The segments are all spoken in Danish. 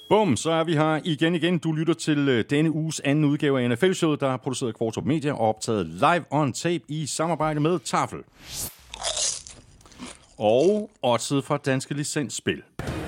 Bum, så er vi her igen. Du lytter til denne uges anden udgave af NFL-showet, der er produceret af Kvartrup Media og optaget live on tape i samarbejde med Tafel. Og oddset fra Danske Licensspil.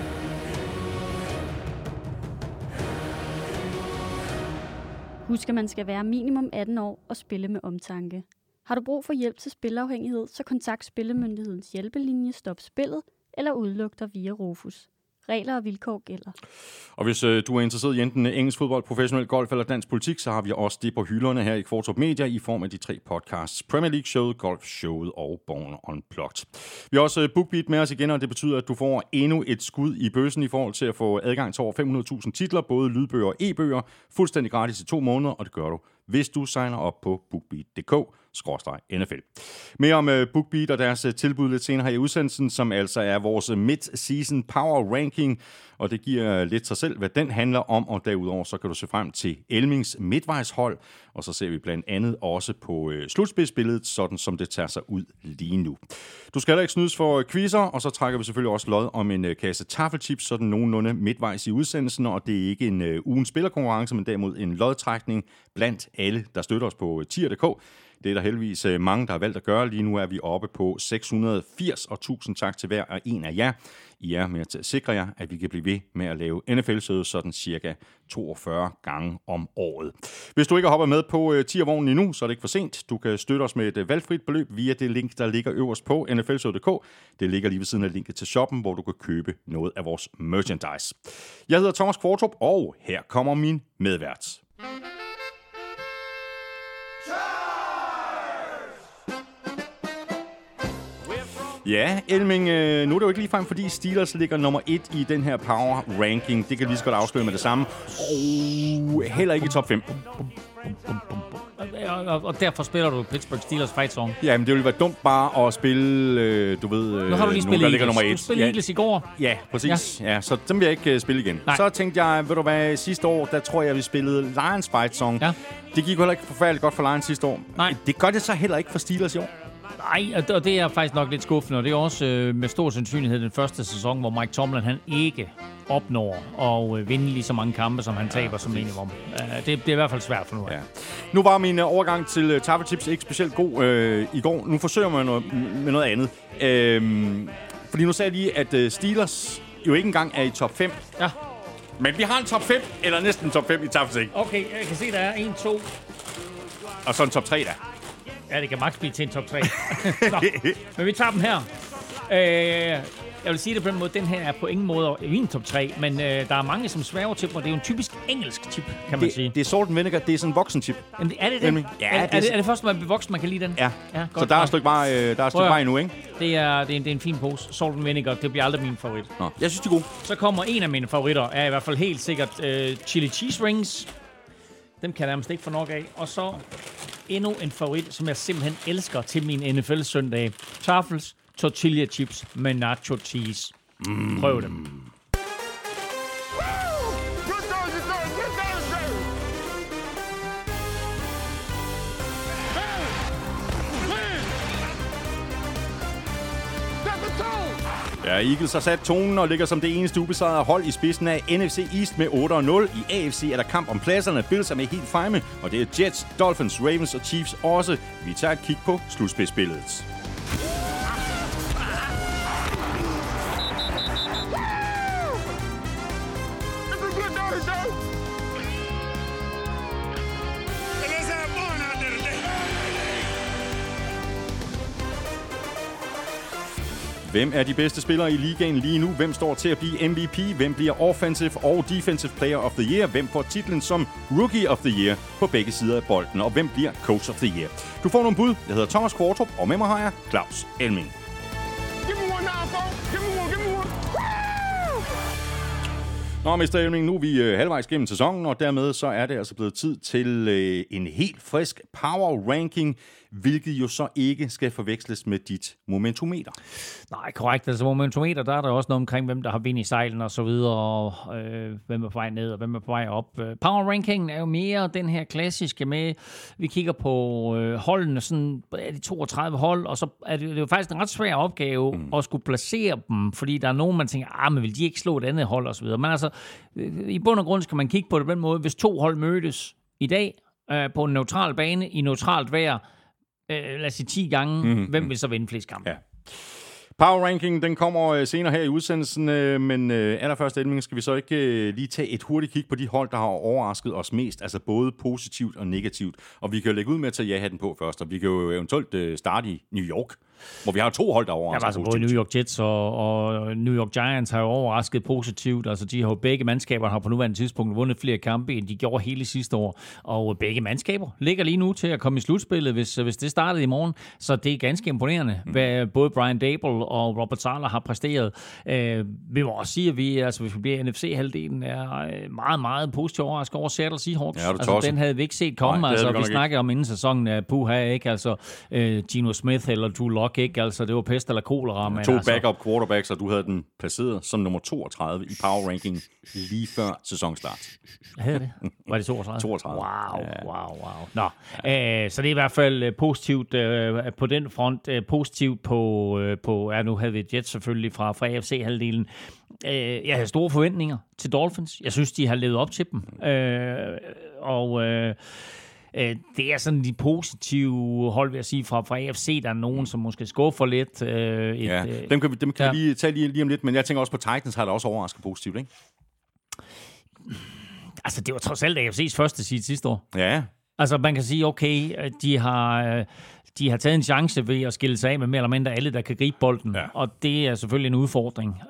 Husk, at man skal være minimum 18 år og spille med omtanke. Har du brug for hjælp til spilafhængighed, så kontakt Spillemyndighedens hjælpelinje Stop Spillet eller udluk dig via Rufus. Regler og vilkår gælder. Og hvis du er interesseret i enten engelsk fodbold, professionel golf eller dansk politik, så har vi også det på hylderne her i Kvartrup Media i form af de 3 podcasts. Premier League Showet, Golf Showet og Born Unplugged. Vi har også BookBeat med os igen, og det betyder, at du får endnu et skud i bøssen i forhold til at få adgang til over 500.000 titler, både lydbøger og e-bøger, fuldstændig gratis i 2 måneder, og det gør du, hvis du signer op på bookbeat.dk/NFL. Mere om BookBeat og deres tilbud lidt senere her i udsendelsen, som altså er vores mid-season power ranking, og det giver lidt sig selv, hvad den handler om, og derudover så kan du se frem til Elmings midtvejshold, og så ser vi blandt andet også på slutspidsbilledet, sådan som det tager sig ud lige nu. Du skal heller ikke snydes for quizzer, og så trækker vi selvfølgelig også lod om en kasse tafelchips, sådan nogenlunde midtvejs i udsendelsen, og det er ikke en ugens spillerkonkurrence, men derimod en lodtrækning blandt alle, der støtter os på tier.dk. Det er der heldigvis mange, der har valgt at gøre. Lige nu er vi oppe på 680, og tusind tak til hver og en af jer. I er med til at sikre jer, at vi kan blive ved med at lave NFL-showet sådan cirka 42 gange om året. Hvis du ikke har hoppet med på tiervognen endnu, så er det ikke for sent. Du kan støtte os med et valgfrit beløb via det link, der ligger øverst på nflshowet.dk. Det ligger lige ved siden af linket til shoppen, hvor du kan købe noget af vores merchandise. Jeg hedder Thomas Kvartrup, og her kommer min medvært. Ja, Elming, nu er det jo ikke ligefrem, fordi Steelers ligger nummer 1 i den her power ranking. Det kan lige så godt afsløre med det samme. Og heller ikke i top 5. Og derfor spiller du Pittsburgh Steelers fight song. Ja, men det ville være dumt bare at spille, du ved, nu har du lige spillet ligger nummer 1. Du spillede Eagles i går. Ja, præcis. Ja, så dem vil jeg ikke spille igen. Nej. Så tænkte jeg, ved du hvad, sidste år, der tror jeg, vi spillede Lions fight song. Ja. Det gik jo heller ikke forfærdeligt godt for Lions sidste år. Nej. Det gør det så heller ikke for Steelers i år. Nej, og det er faktisk nok lidt skuffende, og det er også med stor sandsynlighed den første sæson, hvor Mike Tomlin han ikke opnår at vinde lige så mange kampe, som han taber som minimum. Det er i hvert fald svært for nu. Ja. Nu var min overgang til tafelchips ikke specielt god i går. Nu forsøger man med noget andet. Fordi nu sagde jeg lige, at Steelers jo ikke engang er i top 5. Ja. Men vi har en top 5, eller næsten top 5 i tafelchips. Okay, jeg kan se, der er 1, 2. Og så en top 3 der. Ja, det kan max blive til en top 3. Nå, men vi tager dem her. Jeg vil sige det på den måde, den her er på ingen måde en top 3, men der er mange, som sværger til, og det er jo en typisk engelsk chip, kan man sige. Det er salt and vinegar, det er sådan en voksen chip. Jamen, er det det? Ja, er det først, når man bliver voksen, man kan lide den? Ja, godt. Så der er et stykke vej endnu, ikke? Det er en fin pose. Salt and vinegar, det bliver aldrig min favorit. Nå, jeg synes, det er god. Så kommer en af mine favoritter, er i hvert fald helt sikkert chili cheese rings. Dem kan jeg nærmest ikke få nok af. Og så endnu en favorit, som jeg simpelthen elsker til min NFL-søndag. Tafels tortilla chips med nacho cheese. Prøv dem. Ja, Eagles har sat tonen og ligger som det eneste ubesejrede hold i spidsen af NFC East med 8-0. I AFC er der kamp om pladserne. Bills er med helt fremme, og det er Jets, Dolphins, Ravens og Chiefs også. Vi tager et kig på slutspidsbilledet. Hvem er de bedste spillere i ligaen lige nu? Hvem står til at blive MVP? Hvem bliver Offensive og Defensive Player of the Year? Hvem får titlen som Rookie of the Year på begge sider af bolden? Og hvem bliver Coach of the Year? Du får nogle bud. Jeg hedder Thomas Kvartrup, og med mig har jeg Claus Elming. Nå, Mr. Elming, nu er vi halvvejs gennem sæsonen, og dermed så er det altså blevet tid til en helt frisk power ranking, hvilket jo så ikke skal forveksles med dit momentometer. Nej, korrekt. Altså momentometer, der er der også noget omkring, hvem der har vind i sejlen og så videre, og hvem er på vej ned og hvem er på vej op. Power rankingen er jo mere den her klassiske med, vi kigger på holdene, sådan er de 32 hold, og så er det jo faktisk en ret svær opgave at skulle placere dem, fordi der er nogen, man tænker, men vil de ikke slå et andet hold og så videre. Men altså, Altså, i bund og grund skal man kigge på det på den måde. Hvis 2 hold mødtes i dag på en neutral bane, i neutralt vejr, lad os sige 10 gange, hvem vil så vinde flest kampe? Ja. Power Ranking, den kommer senere her i udsendelsen, men allerførst, Elming, skal vi så ikke lige tage et hurtigt kig på de hold, der har overrasket os mest, altså både positivt og negativt. Og vi kan jo lægge ud med at tage ja-hatten på først, og vi kan jo eventuelt starte i New York, hvor vi har 2 hold, der overrasker altså positivt. Både New York Jets og New York Giants har jo overrasket positivt. Altså de har jo begge mandskaber har på nuværende tidspunkt vundet flere kampe, end de gjorde hele sidste år. Og begge mandskaber ligger lige nu til at komme i slutspillet, hvis det startede i morgen. Så det er ganske imponerende, hvad både Brian Daboll og Robert Saleh har præsteret. Vi må også sige, at hvis vi bliver NFC-halvdelen, er meget, meget positivt overrasket over Seattle Seahawks. Ja, altså, den havde vi ikke set komme. Vi snakkede om inden sæsonen af puha, ikke? Altså Geno Smith eller Drew Lock, ikke? Altså, det var pest eller kolera. 2 backup quarterbacks, og du havde den placeret som nummer 32 i Power Ranking lige før sæsonstart. Havde det? Var det 32? 32. Wow. Nå, så det er i hvert fald positivt på den front. Positivt på nu havde vi Jets selvfølgelig fra AFC-halvdelen. Jeg havde store forventninger til Dolphins. Jeg synes, de har levet op til dem. Det er sådan de positive hold, vil jeg sige, fra AFC. Der er nogen, som måske skuffer lidt. Dem kan vi lige tage lige om lidt, men jeg tænker også på Titans har det også overrasket positivt, ikke? Altså, det var trods alt AFC's første seed sidste år. Ja. Altså, man kan sige, okay, de har taget en chance ved at skille sig af med mere eller mindre alle, der kan gribe bolden. Ja. Og det er selvfølgelig en udfordring.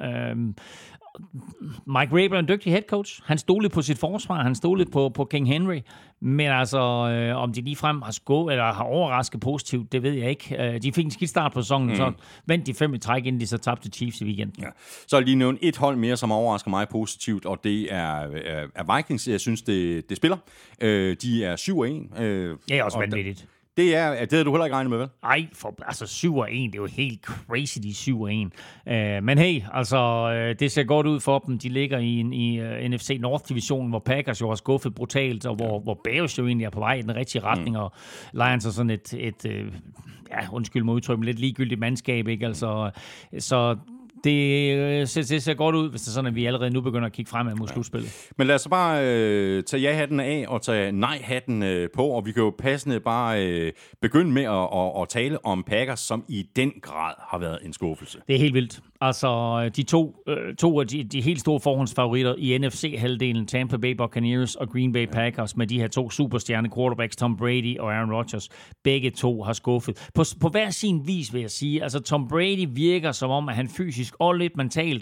Mike Vrabel er en dygtig head coach. Han stolede på sit forsvar, han stolede på King Henry. Men altså, om de ligefrem har overrasket positivt, det ved jeg ikke. De fik en skidt start på sæsonen, så vandt de 5 i træk, inden de så tabte Chiefs i weekenden. Ja. Så er lige nævnt et hold mere, som overrasker mig positivt, og det er Vikings. Jeg synes, det spiller. De er 7-1. Ja, også vanvittigt. Det havde du heller ikke regnet med, vel? Nej, altså 7-1, det er jo helt crazy, de 7-1. Men hey, altså, det ser godt ud for dem. De ligger i NFC North-divisionen, hvor Packers jo har skuffet brutalt, og hvor Bears jo egentlig er på vej i den rigtige retning, og Lions er sådan undskyld mig udtryk, lidt ligegyldigt mandskab, ikke? Altså, så det ser godt ud, hvis det er sådan, at vi allerede nu begynder at kigge fremad mod slutspillet. Men lad os så bare tage ja-hatten af og tage nej-hatten på, og vi kan jo passende bare begynde med at tale om Packers, som i den grad har været en skuffelse. Det er helt vildt. Altså, de to af de helt store forhåndsfavoritter i NFC-halvdelen, Tampa Bay Buccaneers og Green Bay Packers, med de her 2 superstjerne quarterbacks, Tom Brady og Aaron Rodgers, begge to har skuffet. På hver sin vis, vil jeg sige. Altså, Tom Brady virker som om, at han fysisk og lidt mentalt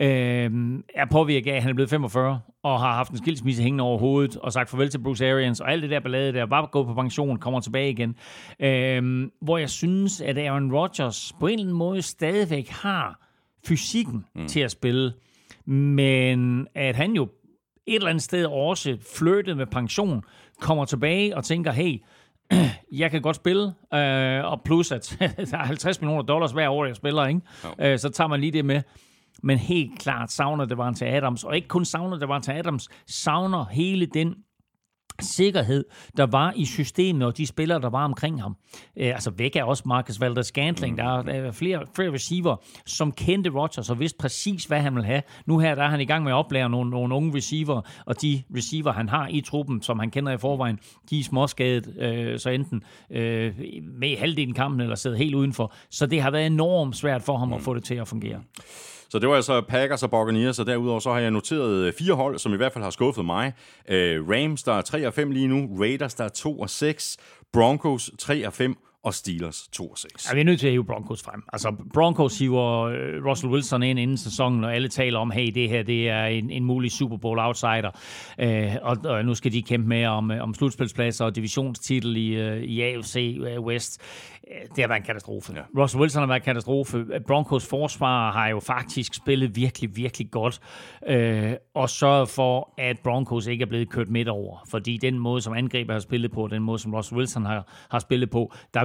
er påvirket af, at han er blevet 45 og har haft en skilsmisse hængende over hovedet og sagt farvel til Bruce Arians og alt det der ballade der, bare gået på pension, kommer tilbage igen. Hvor jeg synes, at Aaron Rodgers på en eller anden måde stadigvæk har fysikken til at spille, men at han jo et eller andet sted også flirtet med pension, kommer tilbage og tænker, hey, jeg kan godt spille, og plus at der er $50 million hver år, jeg spiller, ikke? Så tager man lige det med. Men helt klart savner Davante Adams, og ikke kun savner Davante Adams, savner hele den sikkerhed, der var i systemet, og de spillere, der var omkring ham. Altså væk er også Marcus Valdes-Scantling. Der er flere receiver, som kendte Rodgers og vidste præcis, hvad han vil have. Nu her der er han i gang med at oplære nogle unge receiver, og de receiver, han har i truppen, som han kender i forvejen, de er småskadet, så enten med halvdelen kampen, eller sidder helt udenfor. Så det har været enormt svært for ham at få det til at fungere. Så det var altså Packers og Buccaneers, og derudover så har jeg noteret 4 hold, som i hvert fald har skuffet mig. Rams, der er 3-5 lige nu. Raiders, der er 2-6. Broncos, 3-5. Og Steelers 2-6. Ja, vi er nødt til at hive Broncos frem. Altså, Broncos hiver Russell Wilson ind inden sæsonen, og alle taler om, hey, det her det er en mulig Super Bowl outsider. Og nu skal de kæmpe med om slutspilspladser og divisionstitel i AFC West. Det har været en katastrofe. Ja. Russell Wilson har været en katastrofe. Broncos forsvar har jo faktisk spillet virkelig, virkelig godt. Og sørget for, at Broncos ikke er blevet kørt midt over. Fordi den måde, som angriber har spillet på, den måde, som Russell Wilson har spillet på, der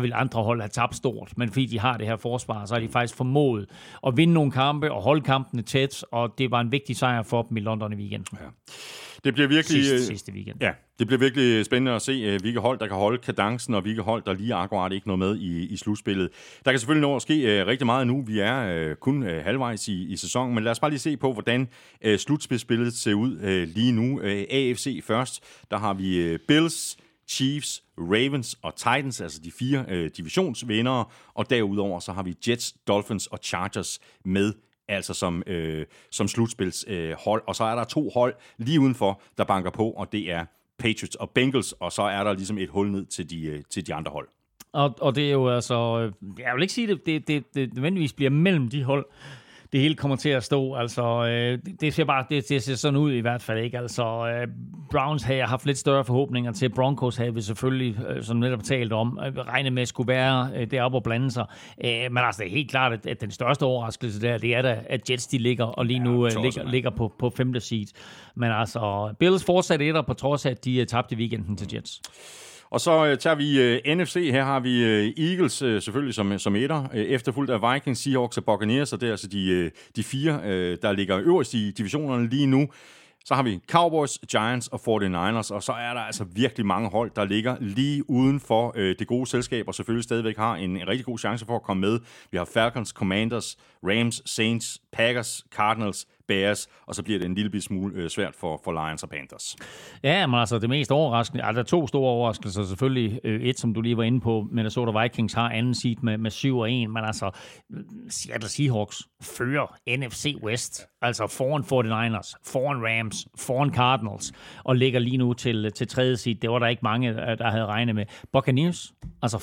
vil andre hold have tabt stort, men fordi de har det her forsvar, så har de faktisk formået at vinde nogle kampe og holde kampene tæt, og det var en vigtig sejr for dem i London i weekenden. Ja. Det bliver virkelig sidste weekend. Ja, det bliver virkelig spændende at se, hvilke hold, der kan holde kadencen, og hvilke hold, der lige akkurat ikke noget med i slutspillet. Der kan selvfølgelig nå at ske rigtig meget nu. Vi er kun halvvejs i sæsonen, men lad os bare lige se på, hvordan slutspillet ser ud lige nu. AFC først, der har vi Bills, Chiefs, Ravens og Titans, altså de 4 divisionsvindere, og derudover så har vi Jets, Dolphins og Chargers med, altså som slutspilshold. Og så er der 2 hold lige udenfor, der banker på, og det er Patriots og Bengals, og så er der ligesom et hul ned til de andre hold. Og det er jo altså, jeg vil ikke sige, det nødvendigvis bliver mellem de hold, det hele kommer til at stå. Altså, det ser bare det ser sådan ud i hvert fald ikke. Altså, Browns havde haft lidt større forhåbninger til. Broncos havde vi selvfølgelig, som netop talt om, regnet med at skulle være deroppe og blande sig. Men altså, det er helt klart, at den største overraskelse der, det er da, at Jets de ligger, og lige nu ligger på 5. seed. Men altså, Bills fortsatte etter, på trods af, at de tabte i weekenden til Jets. Og så tager vi NFC. Her har vi Eagles selvfølgelig som etter, efterfulgt af Vikings, Seahawks og Buccaneers, og det er altså de 4, der ligger øverst i divisionerne lige nu. Så har vi Cowboys, Giants og 49ers, og så er der altså virkelig mange hold, der ligger lige uden for det gode selskab, og selvfølgelig stadigvæk har en rigtig god chance for at komme med. Vi har Falcons, Commanders, Rams, Saints, Packers, Cardinals, Bears, og så bliver det en lille smule svært for Lions og Panthers. Ja, men altså det mest overraskende, der er 2 store overraskelser selvfølgelig. Et, som du lige var inde på, Minnesota Vikings har anden seed med 7-1, men altså Seattle Seahawks fører NFC West, altså foran 49ers, foran Rams, foran Cardinals, og ligger lige nu til 3. seed. Det var der ikke mange, der havde regnet med. Buccaneers, altså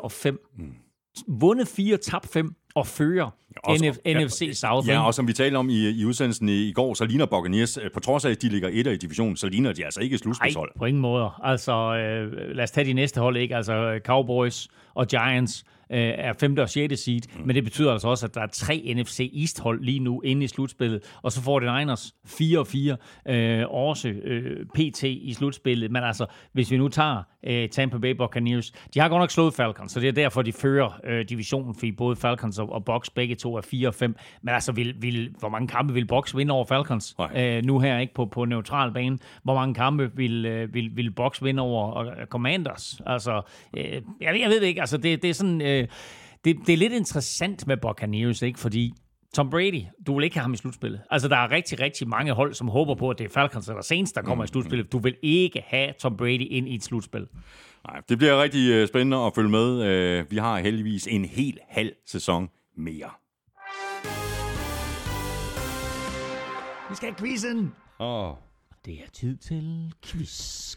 4-5. Vundet 4, tabt 5 og fører NFC South. Ja, og som vi talte om i udsendelsen i går, så ligner Buccaneers, på trods af, at de ligger etter i divisionen, så ligner de altså ikke et slutspilshold. Nej, på ingen måde. Altså, lad os tage de næste hold, ikke? Altså, Cowboys og Giants er 5. og 6. seed, men det betyder altså også, at der er 3 NFC East-hold lige nu inde i slutspillet, og så får det Niners 4-4, også PT i slutspillet. Men altså, hvis vi nu tager Tampa Bay Buccaneers, de har godt nok slået Falcons, så det er derfor, de fører divisionen, fordi både Falcons og Bucs begge to er 4-5. Men altså, hvor mange kampe vil Bucs vinde over Falcons? Nu her, ikke på neutral bane. Hvor mange kampe vil Bucs vinde over Commanders? Altså, jeg ved det ikke. Altså, det er sådan... Det er lidt interessant med Buccaneers, ikke? Fordi Tom Brady, du vil ikke have ham i slutspillet. Altså, der er rigtig, rigtig mange hold, som håber på, at det er Falcons eller Saints, der kommer i slutspillet. Du vil ikke have Tom Brady ind i et slutspil. Nej, det bliver rigtig spændende at følge med. Vi har heldigvis en hel halv sæson mere. Vi skal have quizzen. Det er tid til quiz.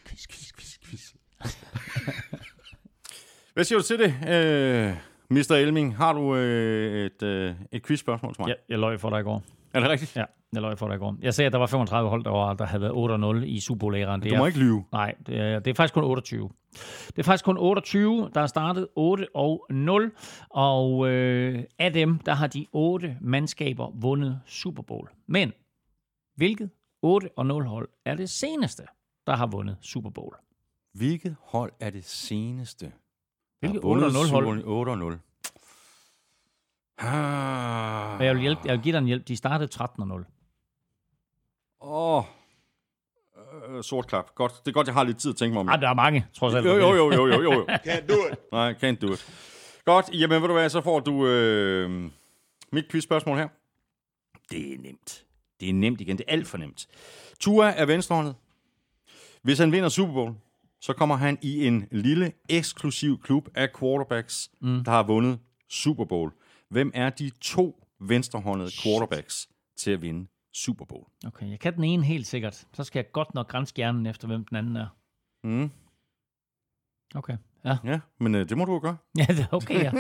Hvad siger du til det, Mr. Elming? Har du et quizspørgsmål til mig? Ja, jeg løj for dig i går. Er det rigtigt? Ja, jeg løj for dig i går. Jeg sagde, at der var 35 hold, der havde været 8-0 i Super Bowl-æraen. Du må ikke lyve. Nej, det er faktisk kun 28. Det er faktisk kun 28, der er startet 8-0, og af dem, der har de 8 mandskaber vundet Super Bowl. Men hvilket 8-0-hold er det seneste, der har vundet Super Bowl? Hvilket hold er det seneste? Hvilket 8-0-hold? 8-0. Jeg vil give dig en hjælp. De startede 13-0. Sort klap. Godt. Det er godt, jeg har lidt tid at tænke mig om. Der er mange, trods alt. Jo. Can't do it. Nej, can't do it. Godt. Jamen, ved du hvad, så får du mit quizspørgsmål her. Det er nemt. Det er nemt igen. Det er alt for nemt. Tua er venstrehåndet. Hvis han vinder Super Bowl, så kommer han i en lille, eksklusiv klub af quarterbacks, der har vundet Super Bowl. Hvem er de 2 venstrehåndede quarterbacks til at vinde Super Bowl? Okay, jeg kan den ene helt sikkert. Så skal jeg godt nok grænse hjernen efter, hvem den anden er. Okay, ja. Ja, men det må du jo gøre. Ja, det er okay, ja.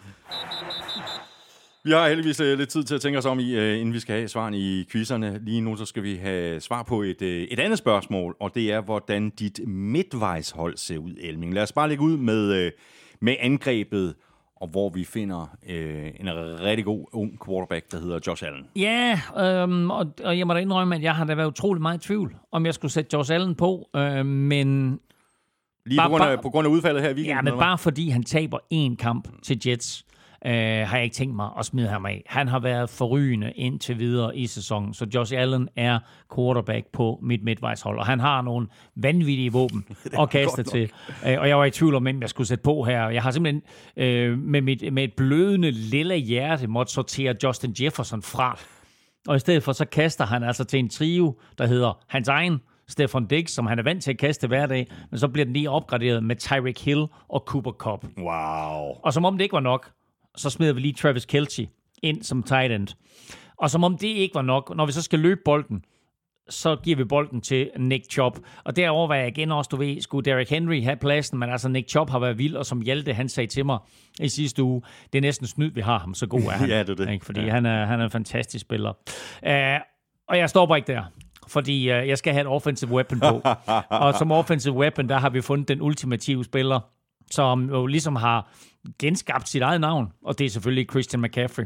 Vi har heldigvis lidt tid til at tænke os om, inden vi skal have svarene i quizzerne. Lige nu så skal vi have svar på et andet spørgsmål, og det er, hvordan dit midtvejshold ser ud, Elming. Lad os bare lægge ud med angrebet, og hvor vi finder en rigtig god ung quarterback, der hedder Josh Allen. Ja, og jeg må da indrømme, at jeg har da været utrolig meget i tvivl, om jeg skulle sætte Josh Allen på, men... Lige på grund af udfaldet her i weekenden? Ja, men bare fordi han taber én kamp til Jets, har jeg ikke tænkt mig at smide ham af. Han har været forrygende indtil videre i sæsonen, så Josh Allen er quarterback på mit midtvejshold, og han har nogle vanvittige våben at kaste til. Og jeg var i tvivl om, hvem jeg skulle sætte på her. Jeg har simpelthen med et blødende lille hjerte måtte sortere Justin Jefferson fra. Og i stedet for, så kaster han altså til en trio, der hedder hans egen Stefon Diggs, som han er vant til at kaste hver dag, men så bliver den lige opgraderet med Tyreek Hill og Cooper Kupp. Wow. Og som om det ikke var nok, så smider vi lige Travis Kelce ind som tight end. Og som om det ikke var nok, når vi så skal løbe bolden, så giver vi bolden til Nick Chubb. Og derover var jeg igen også, skulle Derrick Henry have pladsen, men altså Nick Chubb har været vild, og som Hjalte, han sagde til mig i sidste uge, det er næsten snyd, vi har ham, så god er han. Ja, det. Ikke? Fordi han er en fantastisk spiller. Og jeg stopper ikke der, fordi jeg skal have et offensive weapon på. Og som offensive weapon, der har vi fundet den ultimative spiller, som jo ligesom har genskabt sit eget navn, og det er selvfølgelig Christian McCaffrey.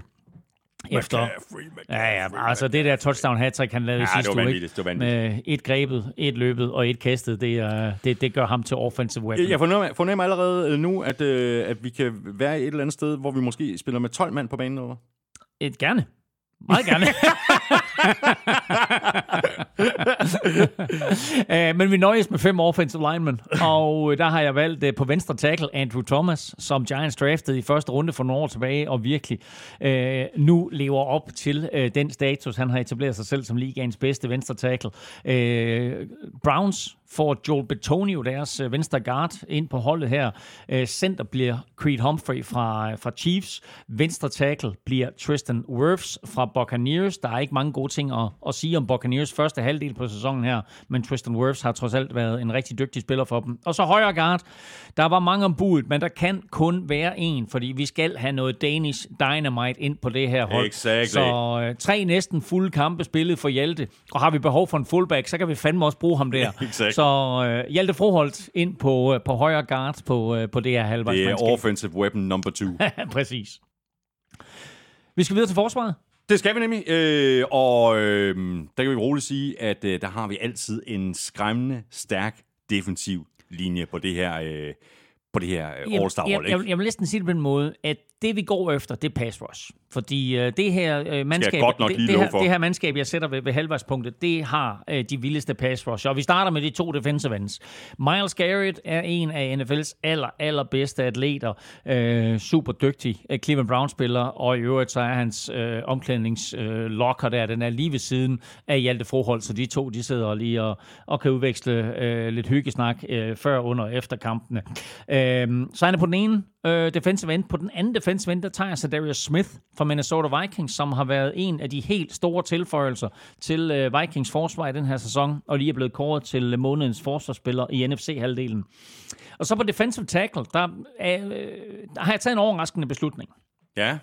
Altså det der touchdown hat-trick, han lavede sidste uge, med et grebet, et løbet og et kastet, det gør ham til offensive weapon. Jeg fornemmer allerede nu, at vi kan være et eller andet sted, hvor vi måske spiller med 12 mand på banen over. Gerne. Meget gerne. Men vi nøjes med 5 offensive linemen, og der har jeg valgt på venstre tackle Andrew Thomas, som Giants draftede i første runde for nogle år tilbage, og virkelig nu lever op til den status. Han har etableret sig selv som ligaens bedste venstre tackle. Browns får Joel Bitonio, deres venstre guard, ind på holdet her. Center bliver Creed Humphrey fra Chiefs. Venstre tackle bliver Tristan Wirfs fra Buccaneers. Der er ikke mange gode ting at sige om Buccaneers første halvdel på sæsonen her, men Tristan Wirfs har trods alt været en rigtig dygtig spiller for dem. Og så højre guard. Der var mange om budet, men der kan kun være en, fordi vi skal have noget Danish Dynamite ind på det her hold. Exactly. Så 3 næsten fulde kampe spillet for Hjalte, og har vi behov for en fullback, så kan vi fandme også bruge ham der. Exactly. Så Hjalte Froholt ind på højre guard på det her halvvejsmandskab. Det er offensive weapon number 2. Præcis. Vi skal videre til forsvaret. Det skal vi nemlig, der kan vi roligt sige, at der har vi altid en skræmmende stærk defensiv linje på det her All-Star-hold. Jeg vil næsten sige det på den måde, at det vi går efter, det er pass rush. Fordi det her mandskab, det her mandskab, jeg sætter ved halvvejspunktet, det har de vildeste pass rush. Og vi starter med de 2 defensive ends. Myles Garrett er en af NFL's allerbedste atleter. Super dygtig Cleveland Browns-spiller, og i øvrigt så er hans omklædningslocker der, den er lige ved siden af Hjalte Froholt, så de 2, de sidder lige og kan udveksle lidt hyggesnak før, under og efter kampene. Så han er på den ene defensive end. På den anden defensive end, der tager jeg Darius Smith fra Minnesota Vikings, som har været en af de helt store tilføjelser til Vikings forsvar i den her sæson, og lige er blevet kåret til månedens forsvarsspiller i NFC-halvdelen. Og så på defensive tackle, der har jeg taget en overraskende beslutning. Ja.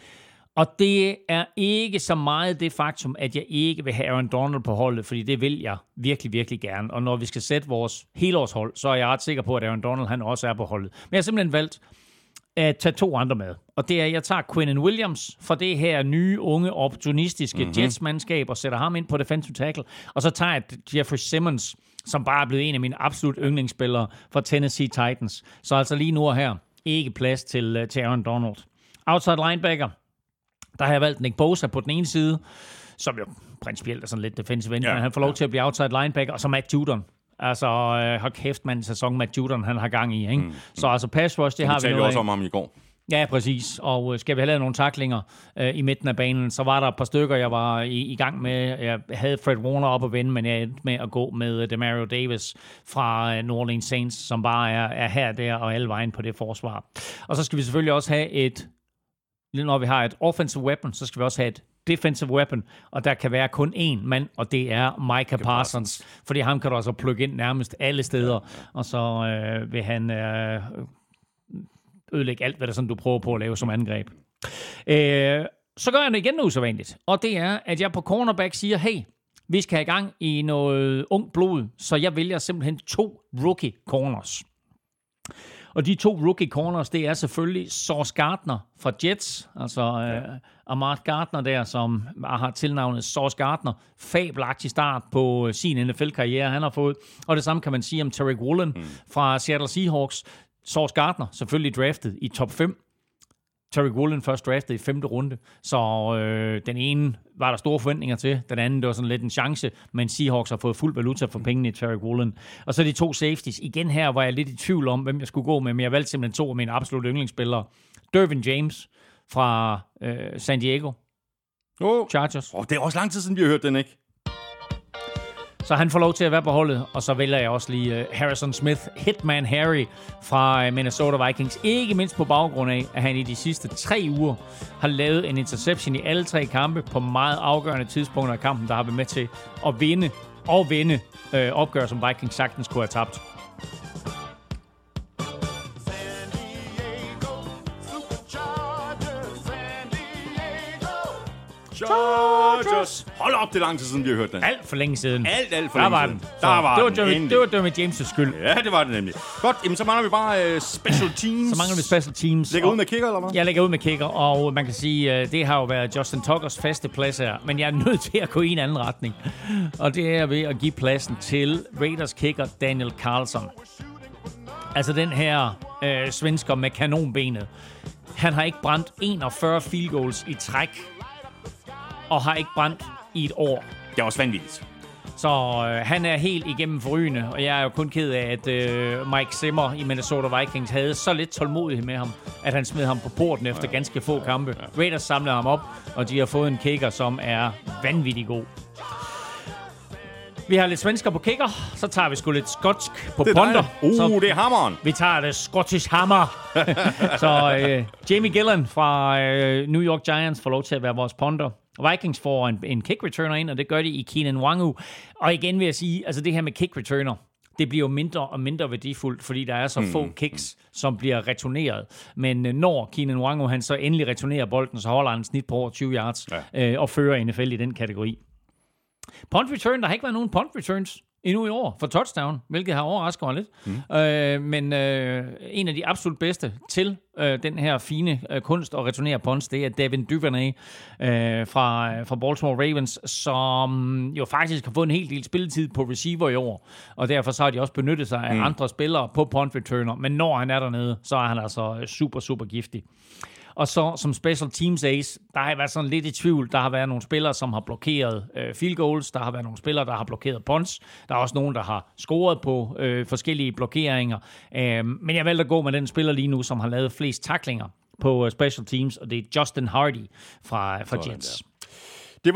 Og det er ikke så meget det faktum, at jeg ikke vil have Aaron Donald på holdet, fordi det vil jeg virkelig, virkelig gerne. Og når vi skal sætte vores helårshold, så er jeg ret sikker på, at Aaron Donald han også er på holdet. Men jeg har simpelthen valgt at tage 2 andre med. Og det er, at jeg tager Quinnen Williams fra det her nye, unge, opportunistiske Jets-mandskab og sætter ham ind på defensive tackle. Og så tager jeg Jeffrey Simmons, som bare er blevet en af mine absolut yndlingsspillere fra Tennessee Titans. Så altså lige nu og her ikke plads til Aaron Donald. Outside linebacker, der har jeg valgt Nick Bosa på den ene side, som jo principielt er sådan lidt defensive end, men han får lov til at blive outside linebacker, og så Matt Judon. Altså, hold kæft, mand, sæson Matt Judon, han har gang i, ikke? Så altså pass rush, det har vi nu. Vi talte også om ham i går. Ja, præcis. Og skal vi have lavet nogle tacklinger i midten af banen, så var der et par stykker, jeg var i gang med. Jeg havde Fred Warner op at vende, men jeg endte med at gå med Demario Davis fra New Orleans Saints, som bare er her, der og alle vejen på det forsvar. Og så skal vi selvfølgelig også have når vi har et offensive weapon, så skal vi også have et defensive weapon, og der kan være kun én mand, og det er Micah Parsons, fordi ham kan du altså plukke ind nærmest alle steder, og så vil han ødelægge alt, hvad der sådan du prøver på at lave som angreb. Så gør jeg det igen noget usædvanligt, og det er, at jeg på cornerback siger, hey, vi skal have i gang i noget ung blod, så jeg vælger simpelthen 2 rookie corners. Og de 2 rookie corners, det er selvfølgelig Sauce Gardner fra Jets, altså Ahmad Gardner der, som har tilnavnet Sauce Gardner. Fabelagtig start på sin NFL-karriere, han har fået. Og det samme kan man sige om Tariq Woolen fra Seattle Seahawks. Sauce Gardner selvfølgelig draftet i top 5. Tariq Woolen først draftet i 5. runde, så den ene var der store forventninger til, den anden det var sådan lidt en chance, men Seahawks har fået fuld valuta for pengene i Tariq Woolen. Og så de 2 safeties. Igen her var jeg lidt i tvivl om, hvem jeg skulle gå med, men jeg valgte simpelthen 2 af mine absolut yndlingsspillere. Dervin James fra San Diego Chargers. Det er også lang tid siden, vi har hørt den, ikke? Så han får lov til at være på holdet, og så vælger jeg også lige Harrison Smith, Hitman Harry fra Minnesota Vikings. Ikke mindst på baggrund af, at han i de sidste 3 uger har lavet en interception i alle 3 kampe på meget afgørende tidspunkter af kampen, der har været med til at vinde opgør, som Vikings sagtens kunne have tabt. Chargers! Hold op, det er lang tid siden, vi har hørt den. Alt for længe siden. Alt for længe siden. Der var den. Det var Derwin James' skyld. Ja, det var det nemlig. Godt, jamen, så mangler vi bare special teams. Så mangler vi special teams. Lægger ud med kicker, eller hvad? Jeg lægger ud med kicker, og man kan sige, det har jo været Justin Tuckers faste plads her, men jeg er nødt til at gå i en anden retning. Og det er ved at give pladsen til Raiders kicker Daniel Carlson. Altså den her svensker med kanonbenet. Han har ikke brændt 41 field goals i træk, og har ikke brændt i et år. Det er også vanvittigt. Så han er helt igennem forrygende, og jeg er jo kun ked af, at Mike Zimmer i Minnesota Vikings havde så lidt tålmodighed med ham, at han smed ham på porten efter ganske få kampe. Raiders samlede ham op, og de har fået en kicker, som er vanvittigt god. Vi har lidt svensker på kicker, så tager vi sgu lidt skotsk på punter. Det er hammeren. Vi tager det Scottish Hammer. Så Jamie Gillan fra New York Giants får lov til at være vores punter. Vikings får en kick returner ind, og det gør de i Keenan Wangu. Og igen vil jeg sige, altså det her med kick returner, det bliver jo mindre og mindre værdifuldt, fordi der er så få kicks, som bliver returneret. Men når Keenan Wangu han så endelig returnerer bolden, så holder han snit på over 20 yards og fører NFL i den kategori. Punt return, der har ikke været nogen punt returns endnu i år for touchdown, hvilket har overrasket mig lidt. Men en af de absolut bedste til den her fine kunst at returnere punts, det er Devin Duvernay fra Baltimore Ravens, som jo faktisk har fået en hel del spilletid på receiver i år, og derfor så har de også benyttet sig af andre spillere på punt returner, men når han er dernede, så er han altså super, super giftig. Og så som special teams ace, der har jeg været sådan lidt i tvivl. Der har været nogle spillere, som har blokeret field goals. Der har været nogle spillere, der har blokeret punts. Der er også nogen, der har scoret på forskellige blokeringer. Men jeg valgte at gå med den spiller lige nu, som har lavet flest tacklinger på special teams, og det er Justin Hardy fra Jets. Det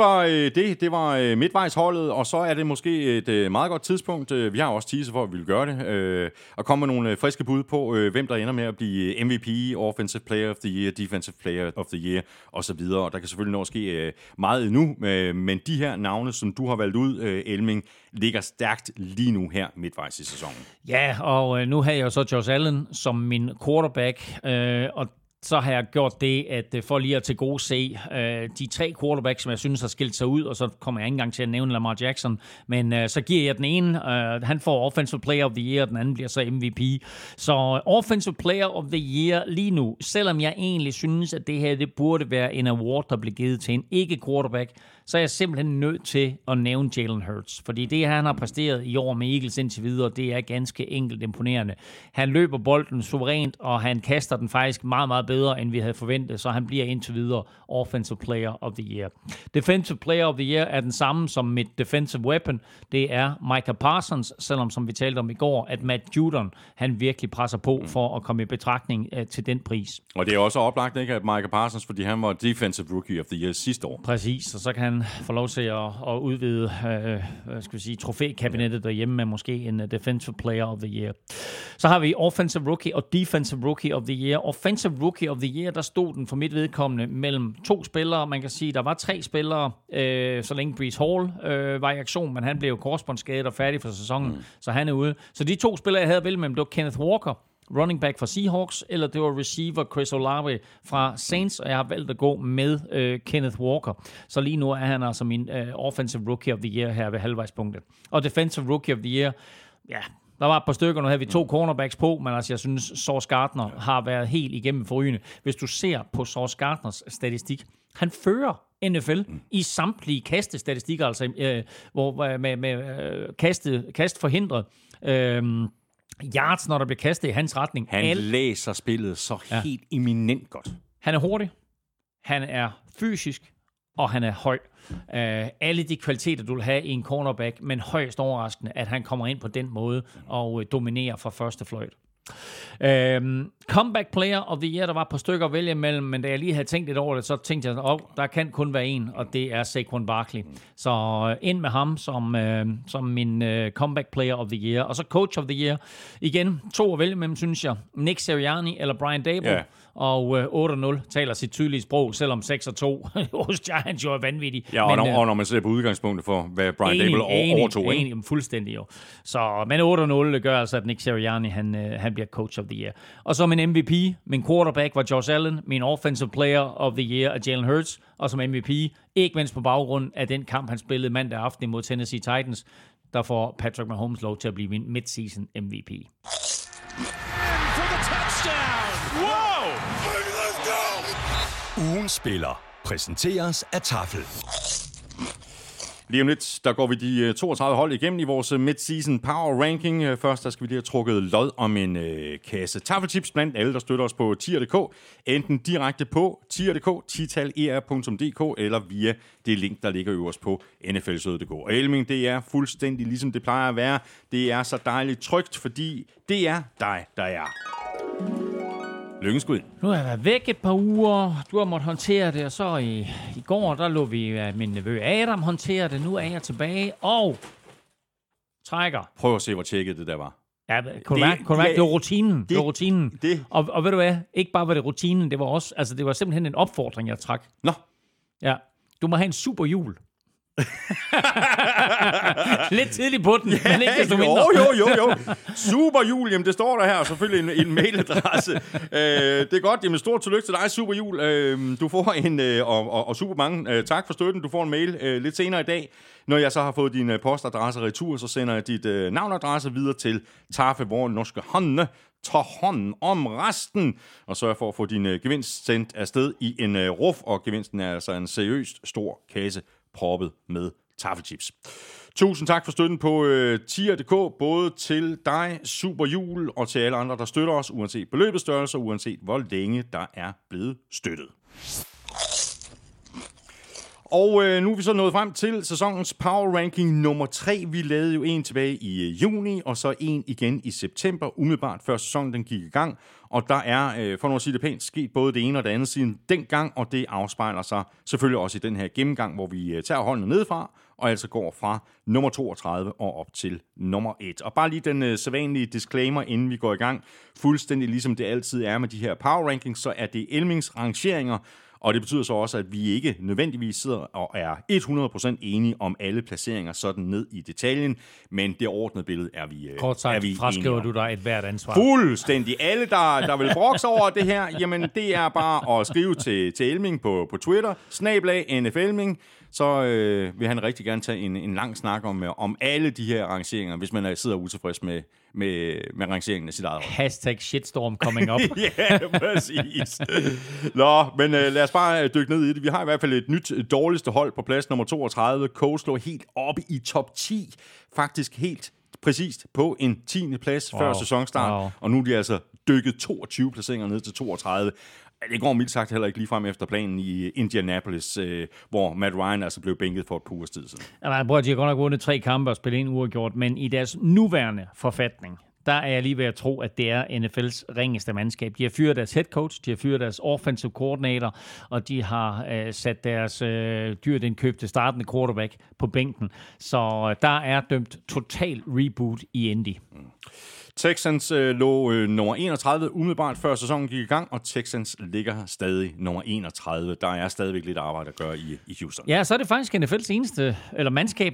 var midtvejsholdet, og så er det måske et meget godt tidspunkt. Vi har også teaser for, at vi vil gøre det. Og komme med nogle friske bud på, hvem der ender med at blive MVP, Offensive Player of the Year, Defensive Player of the Year osv. Og der kan selvfølgelig nå at ske meget endnu, men de her navne, som du har valgt ud, Elming, ligger stærkt lige nu her midtvejs i sæsonen. Ja, og nu har jeg jo så Josh Allen som min quarterback, og så har jeg gjort det, at for lige at til gode se de 3 quarterbacks, som jeg synes har skilt sig ud, og så kommer jeg ikke engang til at nævne Lamar Jackson, men så giver jeg den ene, han får Offensive Player of the Year, og den anden bliver så MVP. Så Offensive Player of the Year lige nu, selvom jeg egentlig synes, at det her det burde være en award, der bliver givet til en ikke-quarterback, så er jeg simpelthen nødt til at nævne Jalen Hurts. Fordi det, han har præsteret i år med Eagles indtil videre, det er ganske enkelt imponerende. Han løber bolden suverænt, og han kaster den faktisk meget, meget bedre, end vi havde forventet, så han bliver indtil videre Offensive Player of the Year. Defensive Player of the Year er den samme som mit defensive weapon. Det er Micah Parsons, selvom som vi talte om i går, at Matt Judon, han virkelig presser på for at komme i betragtning til den pris. Og det er også oplagt, ikke, at Micah Parsons, fordi han var Defensive Rookie of the Year sidste år. Præcis, og så kan han få lov til at udvide trofækabinettet derhjemme med måske en Defensive Player of the Year. Så har vi Offensive Rookie og Defensive Rookie of the Year. Offensive Rookie of the Year, der stod den for mit vedkommende mellem 2 spillere. Man kan sige, der var 3 spillere, så længe Breece Hall var i aktion, men han blev jo korsbåndsskadet og færdig for sæsonen, så han er ude. Så de 2 spillere, jeg havde vel med, det var Kenneth Walker, running back fra Seahawks, eller det var receiver Chris Olave fra Saints, og jeg har valgt at gå med Kenneth Walker. Så lige nu er han altså min Offensive Rookie of the Year her ved halvvejspunktet. Og Defensive Rookie of the Year, ja, Der var et par stykker, nu havde vi 2 cornerbacks på, men altså, jeg synes, Sauce Gardner har været helt igennem forrygende. Hvis du ser på Sauce Gardners statistik, han fører NFL i samtlige kastestatistikker, altså hvor med kast forhindret, yards, når der bliver kastet i hans retning. Han læser spillet så helt eminent godt. Han er hurtig, han er fysisk, og han er høj. Alle de kvaliteter, du vil have i en cornerback, men højst overraskende, at han kommer ind på den måde og dominerer fra første fløjt. Comeback Player of the Year, der var et par stykker at vælge imellem, men da jeg lige havde tænkt lidt over det, så tænkte jeg, der kan kun være en, og det er Saquon Barkley. Så ind med ham som min Comeback Player of the Year. Og så Coach of the Year. Igen, 2 at vælge imellem, synes jeg. Nick Sirianni eller Brian Daboll. Yeah. Og 8-0 taler sit tydelige sprog, selvom 6-2 hos Giants jo er vanvittigt. Ja, og når man ser på udgangspunktet for, hvad Brian Daboll overtog. Enig, fuldstændig jo. Så, men 8-0 gør altså, at Nick Sirianni, han bliver Coach of the Year. Og så min MVP, min quarterback var Josh Allen, min Offensive Player of the Year er Jalen Hurts, og som MVP, ikke mindst på baggrund af den kamp, han spillede mandag aften imod Tennessee Titans, der får Patrick Mahomes lov til at blive min midseason MVP. Ugens spiller præsenteres af Tafel. Lige om lidt, der går vi de 32 hold igennem i vores midseason power ranking. Først der skal vi lige have trukket lod om en kasse taffelchips blandt alle, der støtter os på tier.dk. Enten direkte på tier.dk, titaler.dk eller via det link, der ligger øverst på nflsøde.dk. Og Elming, det er fuldstændig ligesom det plejer at være. Det er så dejligt trygt, fordi det er dig, der er. Lykkenskud. Nu har jeg været væk et par uger. Du har måttet håndtere det, og så i går, der lå vi min nevø Adam håndtere det. Nu er jeg tilbage og trækker. Prøv at se, hvor tjekket det der var. Ja, kunne du mærke, det var rutinen. Det var rutinen. Og ved du hvad? Ikke bare var det rutinen, det var også, altså det var simpelthen en opfordring, jeg trak. Nå. Ja. Du må have en super jul. Lidt tidligt på den, men ikke desto mindre. Jo. Super jul, jamen det står der her, selvfølgelig en mailadresse. Det er godt, jamen stort tillykke til dig, super jul. Du får og super mange tak for støtten. Du får en mail lidt senere i dag. Når jeg så har fået din postadresse retur, så sender jeg dit navnadresse videre til Tafel, hvor norske håndene tager hånden om resten, og sørger for at få din gevinst sendt afsted i en ruf, og gevinsten er altså en seriøst stor kasse proppet med taffelchips. Tusind tak for støtten på tier.dk, både til dig, super jul, og til alle andre, der støtter os, uanset beløbets størrelse, og uanset hvor længe der er blevet støttet. Og nu er vi så nået frem til sæsonens Power Ranking nummer 3. Vi lavede jo en tilbage i juni, og så en igen i september, umiddelbart før sæsonen den gik i gang. Og der er, for nu at sige det pænt, sket både det ene og det andet siden dengang, og det afspejler sig selvfølgelig også i den her gennemgang, hvor vi tager holdene nedefra, og altså går fra nummer 32 og op til nummer 1. Og bare lige den sædvanlige disclaimer, inden vi går i gang. Fuldstændig ligesom det altid er med de her Power Rankings, så er det Elmings rangeringer. Og det betyder så også, at vi ikke nødvendigvis sidder og er 100% enige om alle placeringer sådan ned i detaljen, men det overordnede billede er vi kort sagt, fraskriver du dig et hvert ansvar. Fuldstændig. Alle, der vil brokse over det her, jamen det er bare at skrive til Elming på Twitter, @NFElming, så vil han rigtig gerne tage en lang snak om alle de her rangeringer, hvis man sidder utilfreds med rangeringen af sit eget hold. #shitstorm coming up. Ja, præcis. Nå, men lad os bare dykke ned i det. Vi har i hvert fald et nyt dårligste hold på plads nummer 32. Coles lå helt oppe i top 10. Faktisk helt præcist på en 10. plads før sæsonstart. Og nu er de altså dykket 22 placeringer ned til 32. Det går mildt sagt heller ikke lige frem efter planen i Indianapolis, hvor Matt Ryan altså blev bænket for et par ugers tid siden. Ja, de har godt nok vundet 3 kampe og spillet en uafgjort, men i deres nuværende forfatning, der er jeg lige ved at tro, at det er NFL's ringeste mandskab. De har fyret deres head coach, de har fyret deres offensive coordinator, og de har sat deres dyrt indkøbte startende quarterback på bænken. Så der er dømt total reboot i Indy. Texans lå nummer 31 umiddelbart før sæsonen gik i gang, og Texans ligger stadig nummer 31. Der er stadigvæk lidt arbejde at gøre i Houston. Ja, så er det faktisk NFL's eneste eller mandskab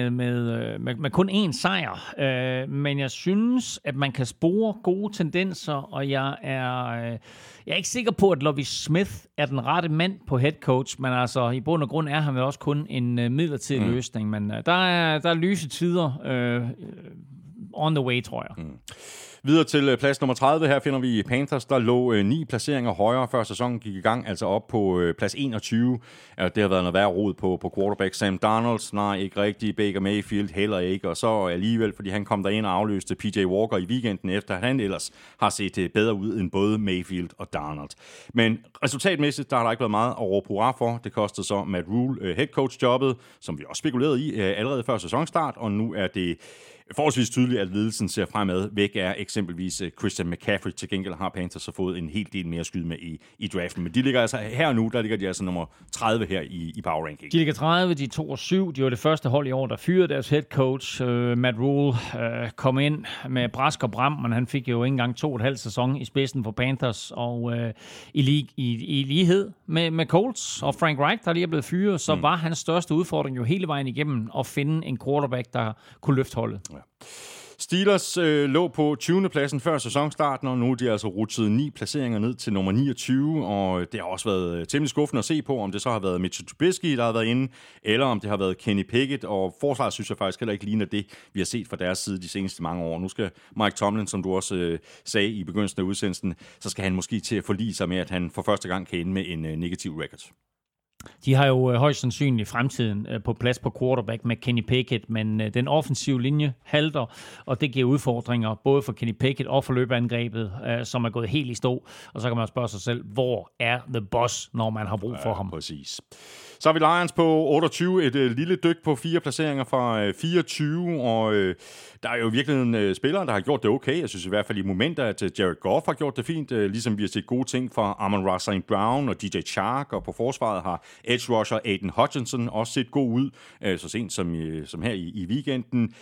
med kun én sejr. Men jeg synes, at man kan spore gode tendenser, og jeg er ikke sikker på, at Lovie Smith er den rette mand på head coach, men altså i bund og grund er han vel også kun en midlertidig løsning. Men der er lyse tider on the way, tror jeg. Videre til plads nummer 30, her finder vi Panthers, der lå 9 placeringer højere, før sæsonen gik i gang, altså op på plads 21. Det har været noget værre rod på quarterback. Sam Darnold, nej, ikke rigtig. Baker Mayfield, heller ikke. Og så alligevel, fordi han kom derind og afløste PJ Walker i weekenden, efter han ellers har set bedre ud end både Mayfield og Darnold. Men resultatmæssigt, der har der ikke været meget at råbe hurra for. Det kostede så Matt Rule head coach jobbet, som vi også spekulerede i allerede før sæsonstart, og nu er det forholdsvis tydeligt, at ledelsen ser fremad. Væk er eksempelvis Christian McCaffrey. Til gengæld har Panthers så fået en hel del mere skyde med i draften. Men de ligger altså her nu, der ligger de altså nummer 30 her i Power Ranking. De ligger 30, de er 2-7. De var det første hold i år, der fyrede deres head coach. Matt Rule kom ind med brask og bram, men han fik jo ikke engang 2,5 sæson i spidsen for Panthers. Og i lighed med Colts og Frank Reich, der lige er blevet fyret, så var hans største udfordring jo hele vejen igennem at finde en quarterback, der kunne løfte holdet. Ja. Steelers lå på 20. pladsen før sæsonstarten, og nu er de altså rutsjet 9 placeringer ned til nummer 29, og det har også været temmelig skuffende at se på, om det så har været Mitchell Trubisky, der har været inde, eller om det har været Kenny Pickett, og forsvaret synes jeg faktisk heller ikke ligner det, vi har set fra deres side de seneste mange år. Nu skal Mike Tomlin, som du også sagde i begyndelsen af udsendelsen, så skal han måske til at forlige sig med, at han for første gang kan ende med en negativ record. De har jo højst sandsynligt i fremtiden på plads på quarterback med Kenny Pickett, men den offensive linje halter, og det giver udfordringer både for Kenny Pickett og for løbeangrebet, som er gået helt i stå. Og så kan man spørge sig selv, hvor er the boss, når man har brug for ham? Præcis. Så har vi Lions på 28, et lille dyk på 4 placeringer fra 24, og der er jo virkelig spillere, der har gjort det okay. Jeg synes i hvert fald i momenter, at Jared Goff har gjort det fint, ligesom vi har set gode ting fra Amon-Ra St. Brown og DJ Chark, og på forsvaret har edge rusher Aiden Hutchinson også set god ud, så sent som her i weekenden.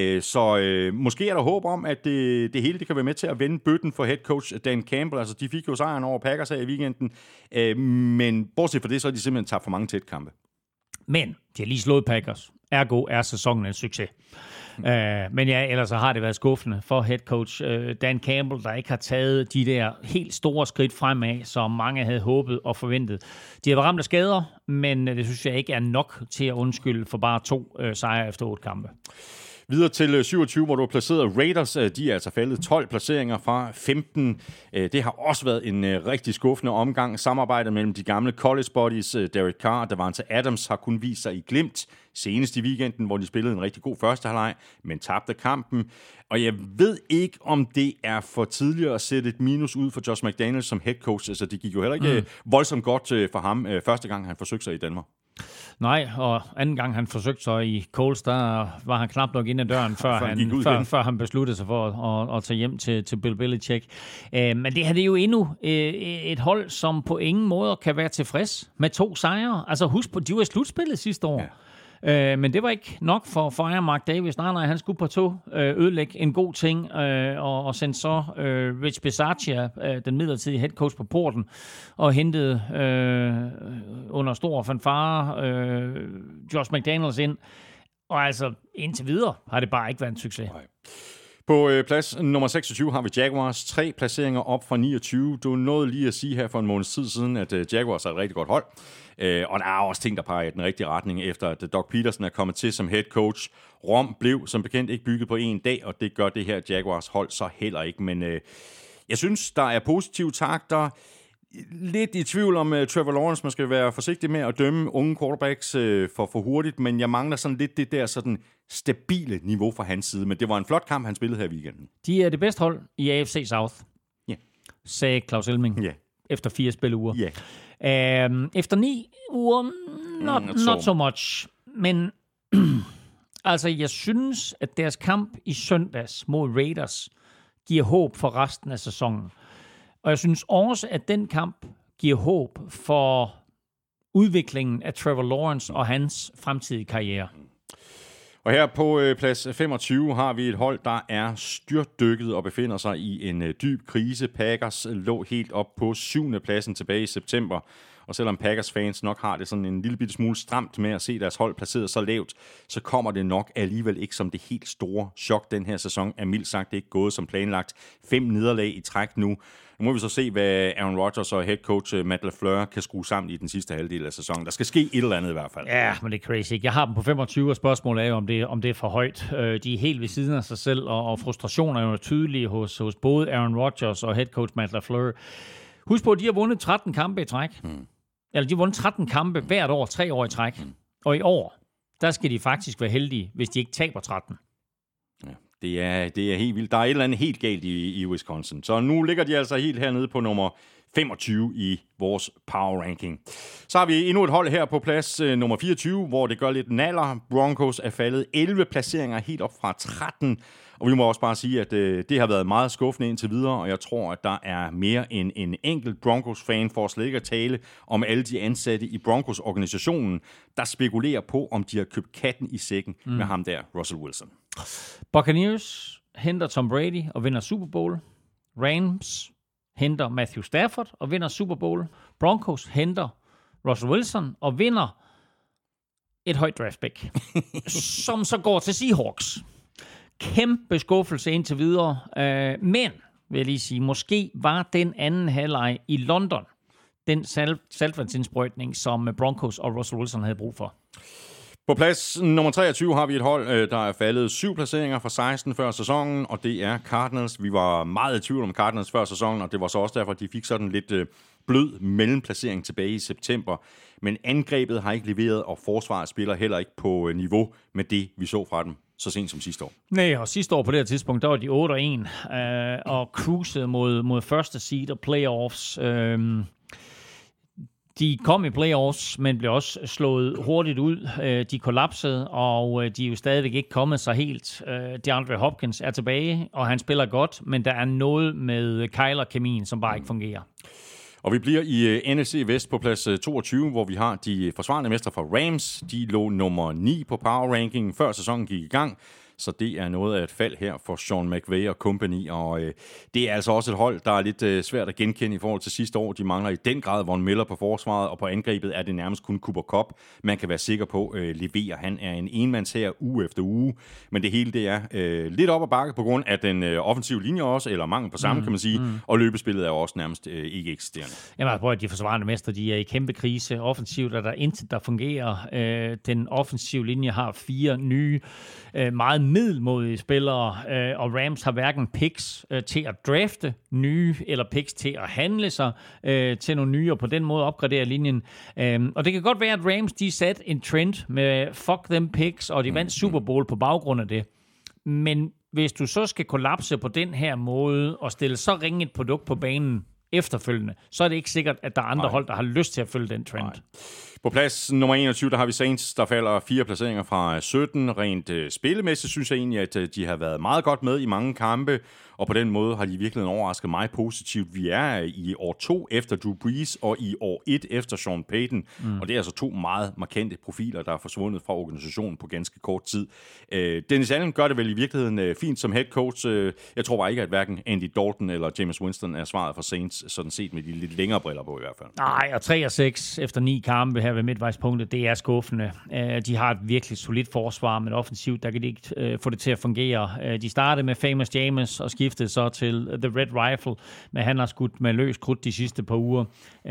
Så måske er der håb om, at det hele det kan være med til at vende bøtten for head coach Dan Campbell. Altså, de fik jo sejren over Packers her i weekenden, men bortset fra det, så har de simpelthen tabt for mange tæt kampe. Men de har lige slået Packers. Ergo er sæsonen en succes. Men ja, ellers så har det været skuffende for head coach Dan Campbell, der ikke har taget de der helt store skridt fremad, som mange havde håbet og forventet. De har været ramt af skader, men det synes jeg ikke er nok til at undskylde for bare 2 sejre efter 8 kampe. Videre til 27, hvor du har placeret Raiders. De er altså faldet 12 placeringer fra 15. Det har også været en rigtig skuffende omgang. Samarbejdet mellem de gamle college buddies, Derek Carr og Davante Adams, har kun vist sig i glimt. Senest i weekenden, hvor de spillede en rigtig god første halvleg, men tabte kampen. Og jeg ved ikke, om det er for tidligt at sætte et minus ud for Josh McDaniels som head coach. Altså, det gik jo heller ikke voldsomt godt for ham første gang, han forsøgte sig i Danmark. Nej, og anden gang han forsøgte sig i Colts, der var han knap nok inde ad døren, før han besluttede sig for at tage hjem til Bill Belichick. Men det her det er jo endnu et hold, som på ingen måde kan være tilfreds med 2 sejre. Altså husk på, de var i slutspillet sidste år. Ja. Men det var ikke nok for Aaron Mark Davis. Nej, han skulle på to ødelægge en god ting og sendte så Rich Bisaccia, den midlertidige head coach, på porten og hentede under stor fanfare Josh McDaniels ind. Og altså indtil videre har det bare ikke været en succes. Nej. På plads nummer 26 har vi Jaguars, 3 placeringer op fra 29. Du nåede lige at sige her for en måneds tid siden, at Jaguars er et rigtig godt hold. Og der er også ting, der peger i den rigtige retning, efter at Doug Peterson er kommet til som head coach. Rom blev som bekendt ikke bygget på en dag, og det gør det her Jaguars hold så heller ikke. Men jeg synes, der er positive takter. Lidt i tvivl om Trevor Lawrence. Man skal være forsigtig med at dømme unge quarterbacks for hurtigt, men jeg mangler sådan lidt det der sådan stabile niveau fra hans side. Men det var en flot kamp, han spillede her i weekenden. De er det bedste hold i AFC South, sagde Claus Elming, efter 4 spilleuger. Efter 9 uger, not so much. Men altså, jeg synes, at deres kamp i søndags mod Raiders giver håb for resten af sæsonen. Og jeg synes også, at den kamp giver håb for udviklingen af Trevor Lawrence og hans fremtidige karriere. Og her på plads 25 har vi et hold, der er styrtdykket og befinder sig i en dyb krise. Packers lå helt op på 7. pladsen tilbage i september. Og selvom Packers fans nok har det sådan en lille bitte smule stramt med at se deres hold placeret så lavt, så kommer det nok alligevel ikke som det helt store chok. Den her sæson er mildt sagt ikke gået som planlagt. 5 nederlag i træk nu. Nu må vi så se, hvad Aaron Rodgers og head coach Matt LaFleur kan skrue sammen i den sidste halvdel af sæsonen. Der skal ske et eller andet i hvert fald. Ja, men det er crazy. Jeg har dem på 25, og spørgsmålet er jo, om det er for højt. De er helt ved siden af sig selv, og frustrationer er jo tydelige hos både Aaron Rodgers og head coach Matt LaFleur. Husk på, at de har vundet 13 kampe i træk. Eller de har vundet 13 kampe hvert år, 3 år i træk. Og i år, der skal de faktisk være heldige, hvis de ikke taber 13. Det er helt vildt. Der er et eller andet helt galt i Wisconsin. Så nu ligger de altså helt hernede på nummer 25 i vores power ranking. Så har vi endnu et hold her på plads nummer 24, hvor det gør lidt naller. Broncos er faldet 11 placeringer helt op fra 13. Og vi må også bare sige, at det har været meget skuffende indtil videre, og jeg tror, at der er mere end en enkelt Broncos-fan for slet ikke at tale om alle de ansatte i Broncos-organisationen, der spekulerer på, om de har købt katten i sækken med ham der, Russell Wilson. Buccaneers henter Tom Brady og vinder Super Bowl. Rams henter Matthew Stafford og vinder Super Bowl. Broncos henter Russell Wilson og vinder et højt draft pick, som så går til Seahawks. Kæmpe skuffelse indtil videre, men vil jeg lige sige, måske var den anden halvleg i London den saltvandsindsprøjtning, som Broncos og Russell Wilson havde brug for. På plads nummer 23 har vi et hold, der er faldet 7 placeringer fra 16 før sæsonen, og det er Cardinals. Vi var meget i tvivl om Cardinals før sæsonen, og det var så også derfor, at de fik sådan lidt blød mellemplacering tilbage i september. Men angrebet har ikke leveret, og forsvaret spiller heller ikke på niveau med det, vi så fra dem så sent som sidste år. Nej, og sidste år på det her tidspunkt, der var de 8-1 og cruisede mod første seed og playoffs. De kom i playoffs, men blev også slået hurtigt ud. De kollapsede, og de er jo stadigvæk ikke kommet sig helt. DeAndre Hopkins er tilbage, og han spiller godt, men der er noget med Kyler-kemien, som bare ikke fungerer. Og vi bliver i NFC Vest på plads 22, hvor vi har de forsvarende mestre fra Rams. De lå nummer 9 på power ranking, før sæsonen gik i gang. Så det er noget af et fald her for Sean McVay og company, og det er altså også et hold, der er lidt svært at genkende i forhold til sidste år. De mangler i den grad Von Miller på forsvaret, og på angrebet er det nærmest kun Cooper Kupp, man kan være sikker på leverer. Han er en enmandsherre uge efter uge, men det hele det er lidt op ad bakke på grund af den offensive linje også, eller mangel på samme, kan man sige, og løbespillet er også nærmest ikke eksisterende. Jamen, prøv at de forsvarende mestre, de er i kæmpe krise. Offensivt er der intet, der fungerer. Den offensive linje har 4 nye, meget middelmodige spillere, og Rams har hverken picks til at drafte nye, eller picks til at handle sig til nogle nye, og på den måde opgradere linjen. Og det kan godt være, at Rams de satte en trend med fuck them picks, og de vandt Super Bowl på baggrund af det. Men hvis du så skal kollapse på den her måde, og stille så ringe et produkt på banen efterfølgende, så er det ikke sikkert, at der er andre hold, der har lyst til at følge den trend. På plads nummer 21, der har vi Saints, der falder 4 placeringer fra 17. Rent spillemæssigt synes jeg egentlig, at de har været meget godt med i mange kampe, og på den måde har de virkelig overrasket mig positivt. Vi er i år 2 efter Drew Brees, og i år 1 efter Sean Payton, og det er altså 2 meget markante profiler, der er forsvundet fra organisationen på ganske kort tid. Dennis Allen gør det vel i virkeligheden fint som head coach. Jeg tror bare ikke, at hverken Andy Dalton eller Jameis Winston er svaret for Saints, sådan set med de lidt længere briller på i hvert fald. Nej, og 3-6 efter 9 kampe her ved midtvejspunktet, det er skuffende. De har et virkelig solidt forsvar, men offensivt, der kan de ikke få det til at fungere. De startede med Famous Jameis og skiftede så til The Red Rifle, men han har skudt med løs krudt de sidste par uger,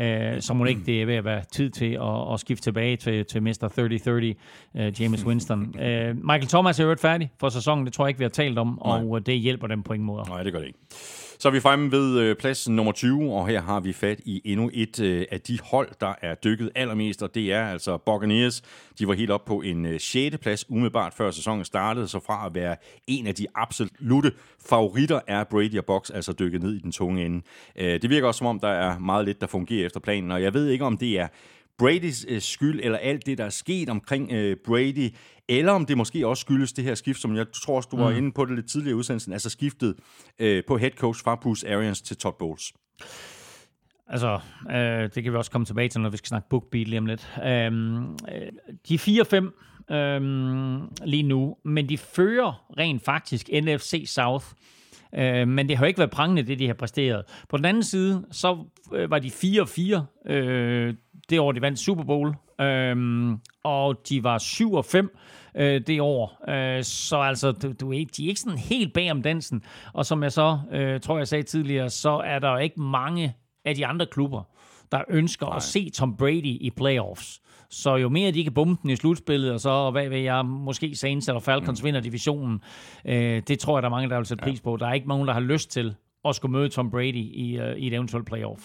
så må det ikke det er ved at være tid til at skifte tilbage til Mr. 30-30, Jameis Winston. Michael Thomas er jo færdig for sæsonen, det tror jeg ikke, vi har talt om, og det hjælper dem på ingen måde. Nej, det gør det ikke. Så er vi fremme ved plads nummer 20, og her har vi fat i endnu et af de hold, der er dykket allermest, og det er altså Buccaneers. De var helt op på en 6. plads umiddelbart før sæsonen startede, så fra at være en af de absolutte favoritter er Brady og Bucs altså dykket ned i den tunge ende. Det virker også som om, der er meget lidt, der fungerer efter planen, og jeg ved ikke, om det er Bradys skyld, eller alt det, der er sket omkring Brady, eller om det måske også skyldes det her skift, som jeg tror også, du var inde på det lidt tidligere i udsendelsen, altså skiftet på head coach fra Bruce Arians til Todd Bowles. Altså, det kan vi også komme tilbage til, når vi skal snakke BookBeat lige om lidt. De 4-5 lige nu, men de fører rent faktisk NFC South. Men det har jo ikke været prangende, det de har præsteret. På den anden side, så var de 4-4 det år, de vandt Super Bowl, og de var 7-5 det år. Så altså, de er ikke sådan helt bag om dansen. Og som jeg så, tror jeg sagde tidligere, så er der jo ikke mange af de andre klubber, der ønsker at se Tom Brady i playoffs. Så jo mere de kan bombe den i slutspillet, og så, hvad ved jeg, måske Saints eller Falcons vinder divisionen, det tror jeg, der er mange, der vil sætte pris på. Der er ikke nogen, der har lyst til at skulle møde Tom Brady i et eventuelt playoff.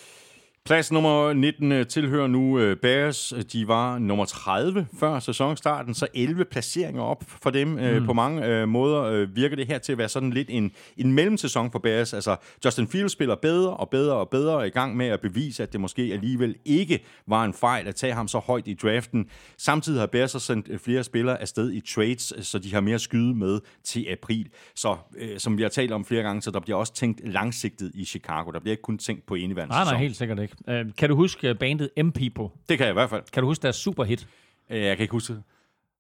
Plads nummer 19 tilhører nu Bears. De var nummer 30 før sæsonstarten, så 11 placeringer op for dem. På mange måder virker det her til at være sådan lidt en mellemsæson for Bears. Altså, Justin Fields spiller bedre og bedre og bedre i gang med at bevise, at det måske alligevel ikke var en fejl at tage ham så højt i draften. Samtidig har Bears sendt flere spillere afsted i trades, så de har mere at skyde med til april. Så som vi har talt om flere gange, så der bliver også tænkt langsigtet i Chicago. Der bliver ikke kun tænkt på indeværende sæson. Nej, helt sikkert ikke. Kan du huske bandet M-People? Det kan jeg i hvert fald. Kan du huske deres superhit? Jeg kan ikke huske det.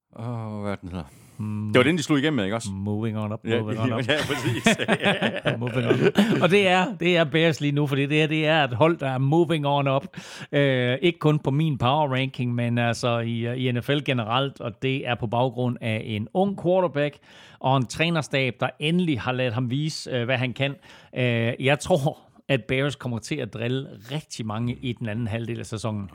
Hvad den hedder? Det var den, de slog igennem med, ikke også? Moving on up, moving on up. Ja, præcis. Moving on up. Og det er Bears lige nu, fordi det er et hold, der er moving on up. Ikke kun på min power ranking, men altså i NFL generelt, og det er på baggrund af en ung quarterback og en trænerstab, der endelig har ladet ham vise, hvad han kan. Jeg tror, at Bears kommer til at drille rigtig mange i den anden halvdel af sæsonen.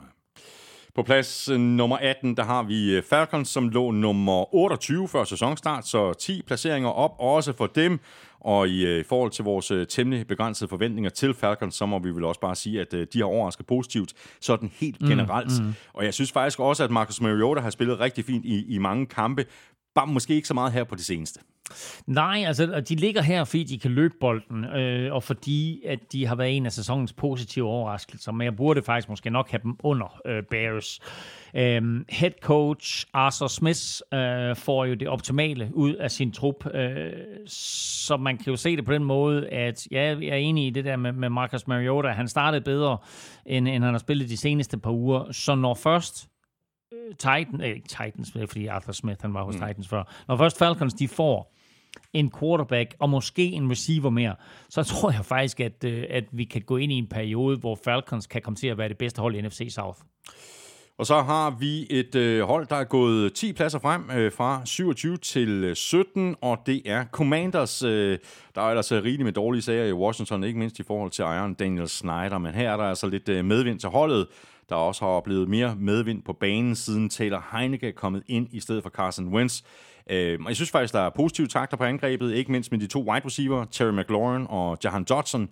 På plads nummer 18, der har vi Falcons, som lå nummer 28 før sæsonstart, så 10 placeringer op også for dem. Og i forhold til vores temmelig begrænsede forventninger til Falcons, så må vi vel også bare sige, at de har overrasket positivt, sådan helt generelt. Og jeg synes faktisk også, at Marcus Mariota har spillet rigtig fint i mange kampe, bare måske ikke så meget her på det seneste. Nej, altså de ligger her, fordi de kan løbe bolden, og fordi at de har været en af sæsonens positive overraskelser, men jeg burde faktisk måske nok have dem under Bears. Head coach Arthur Smith får jo det optimale ud af sin trup, så man kan jo se det på den måde, at jeg er enig i det der med Marcus Mariota. Han startede bedre, end han har spillet de seneste par uger, så når først Titans, fordi Arthur Smith han var hos Titans før. Når først Falcons de får en quarterback og måske en receiver mere, så tror jeg faktisk, at vi kan gå ind i en periode, hvor Falcons kan komme til at være det bedste hold i NFC South. Og så har vi et hold, der er gået 10 pladser frem fra 27 til 17, og det er Commanders. Der er ellers rigeligt med dårlige sager i Washington, ikke mindst i forhold til ejeren Daniel Snyder, men her er der altså lidt medvind til holdet, der også har oplevet mere medvind på banen, siden Taylor Heineke er kommet ind i stedet for Carson Wentz. Og jeg synes faktisk, der er positive takter på angrebet, ikke mindst med de 2 wide receiver, Terry McLaurin og Jahan Dotson.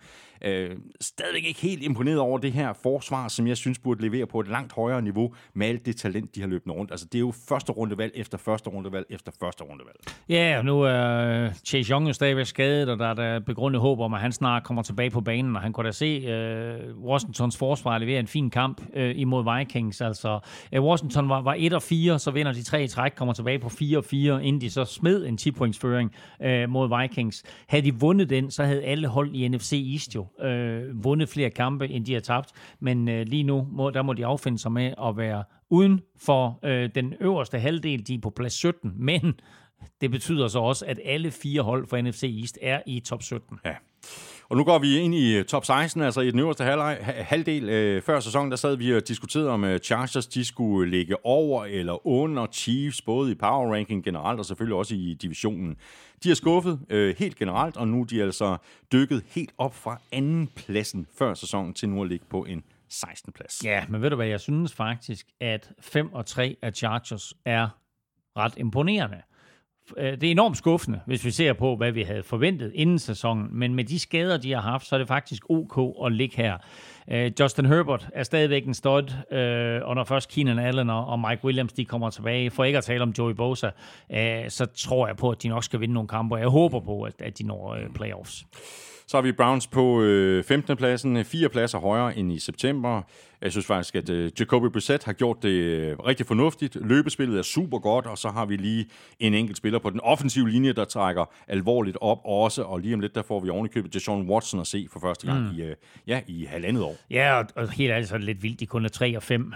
Stadig ikke helt imponeret over det her forsvar, som jeg synes burde levere på et langt højere niveau med alt det talent, de har løbet rundt. Altså, det er jo første rundevalg efter første rundevalg efter første rundevalg. Ja, nu er Chase Young jo stadigvæk skadet, og der er der begrundet håb om, at han snart kommer tilbage på banen, og han kunne da se Washingtons forsvar levere en fin kamp imod Vikings. Altså, Washington var 1-4, så vinder de 3 i træk, kommer tilbage på 4-4, inden de så smed en 10-pointsføring mod Vikings. Havde de vundet den, så havde alle hold i NFC East jo vundet flere kampe, end de har tabt. Men lige nu må de affinde sig med at være uden for den øverste halvdel. De er på plads 17, men det betyder så også, at alle 4 hold fra NFC East er i top 17. Ja. Og nu går vi ind i top 16, altså i den øverste halvdel. Før sæsonen, der sad vi og diskuterede, om Chargers de skulle ligge over eller under Chiefs, både i power ranking generelt og selvfølgelig også i divisionen. De er skuffet helt generelt, og nu er de altså dykket helt op fra anden pladsen før sæsonen til nu at ligge på en 16. plads. Ja, men ved du hvad, jeg synes faktisk, at 5-3 af Chargers er ret imponerende. Det er enormt skuffende, hvis vi ser på, hvad vi havde forventet inden sæsonen, men med de skader, de har haft, så er det faktisk ok at ligge her. Justin Herbert er stadigvæk en stud, og når først Keenan Allen og Mike Williams de kommer tilbage, for ikke at tale om Joey Bosa, så tror jeg på, at de nok skal vinde nogle kampe. Jeg håber på, at de når playoffs. Så har vi Browns på 15. pladsen, 4 pladser højere end i september. Jeg synes faktisk, at Jacoby Brissett har gjort det rigtig fornuftigt. Løbespillet er super godt, og så har vi lige en enkelt spiller på den offensive linje, der trækker alvorligt op også. Og lige om lidt, der får vi ovenikøbet Deshaun Watson at se for første gang i halvandet år. Ja, og helt ærligt så er det lidt vildt. De kun er 3 og 5.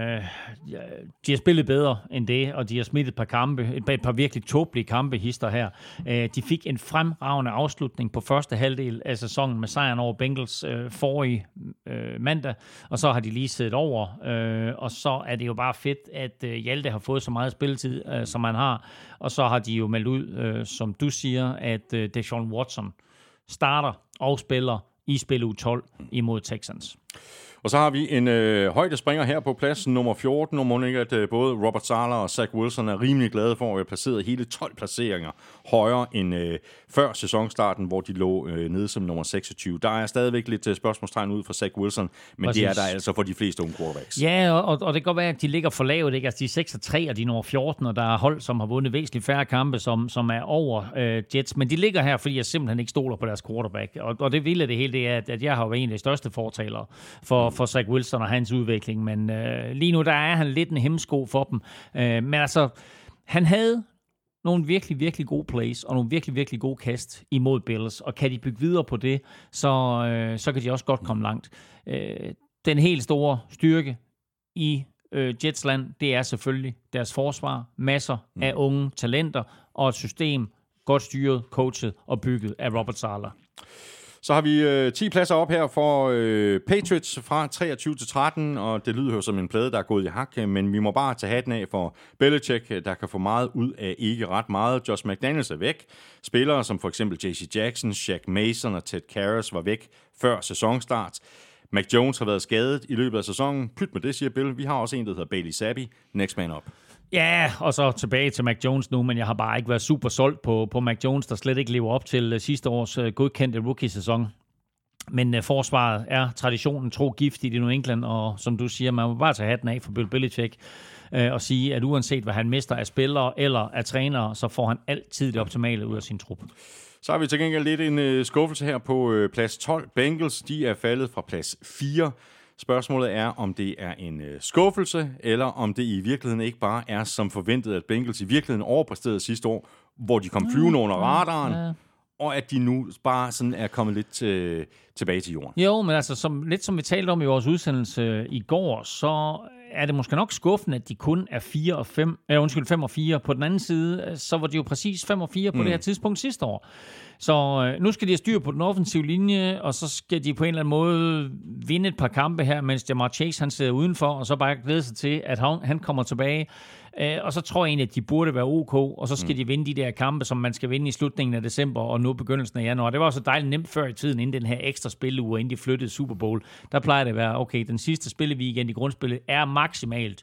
De har spillet bedre end det, og de har smidt et par virkelig tåbelige kampe hister her. De fik en fremragende afslutning på første halvdel af sæsonen med sejren over Bengals forrige mandag, og så har de lige lige siddet over, og så er det jo bare fedt, at Hjalte har fået så meget spilletid, som han har, og så har de jo meldt ud, som du siger, at Deshaun Watson starter og spiller i spil uge 12 imod Texans. Og så har vi en højdespringer her på plads nummer 14, og må ikke, at både Robert Saleh og Zach Wilson er rimelig glade for at være placeret hele 12 placeringer højere end før sæsonstarten, hvor de lå nede som nummer 26. Der er stadigvæk lidt spørgsmålstegn ud for Zach Wilson, men præcis. Det er der altså for de fleste unge quarterbacks. Ja, og det kan godt være, at de ligger for lavt. Ikke? Altså, de er 6-3, og de er nummer 14, og der er hold, som har vundet væsentligt færre kampe, som er over Jets. Men de ligger her, fordi jeg simpelthen ikke stoler på deres quarterback. Og det vilde det hele, det er, at jeg har jo en af de største fortalere for Zach Wilson og hans udvikling, men lige nu der er han lidt en hæmsko for dem. Men altså, han havde nogle virkelig, virkelig gode plays og nogle virkelig, virkelig gode kast imod Bills, og kan de bygge videre på det, så kan de også godt komme langt. Den helt store styrke i Jetsland, det er selvfølgelig deres forsvar, masser af unge talenter og et system, godt styret, coachet og bygget af Robert Saleh. Så har vi 10 pladser op her for Patriots fra 23 til 13, og det lyder jo som en plade, der er gået i hak, men vi må bare tage hatten af for Belichick, der kan få meget ud af ikke ret meget. Josh McDaniels er væk. Spillere som for eksempel J.C. Jackson, Shaq Mason og Ted Karras var væk før sæsonstart. Mac Jones har været skadet i løbet af sæsonen. Pyt med det, siger Bill. Vi har også en, der hedder Bailey Zappi. Next man up. Ja, og så tilbage til Mac Jones nu, men jeg har bare ikke været super solgt på Mac Jones, der slet ikke lever op til sidste års godkendte rookie-sæson. Men forsvaret er traditionen tro giftigt i New England, og som du siger, man må bare tage hatten af for Bill Belichick og sige, at uanset hvad han mister af spillere eller af trænere, så får han altid det optimale ud af sin trup. Så har vi til gengæld lidt en skuffelse her på plads 12. Bengals, de er faldet fra plads 4. Spørgsmålet er, om det er en skuffelse, eller om det i virkeligheden ikke bare er som forventet, at Bengals i virkeligheden overpræsterede sidste år, hvor de kom flyvende under radaren, og at de nu bare sådan er kommet lidt tilbage til jorden. Jo, men altså, som vi talte om i vores udsendelse i går, så er det måske nok skuffende, at de kun er 5 og 4. På den anden side, så var de jo præcis 5 og 4 på det her tidspunkt sidste år. Så nu skal de have styr på den offensive linje, og så skal de på en eller anden måde vinde et par kampe her, mens Jamar Chase han sidder udenfor, og så bare glæde sig til, at han kommer tilbage. Og så tror jeg egentlig, at de burde være ok, og så skal de vinde de der kampe, som man skal vinde i slutningen af december og nu begyndelsen af januar. Det var så dejligt nemt før i tiden, inden den her ekstra spilleuge, inden de flyttede Super Bowl. Der plejer det at være, okay, den sidste spilleweekend i grundspillet er maksimalt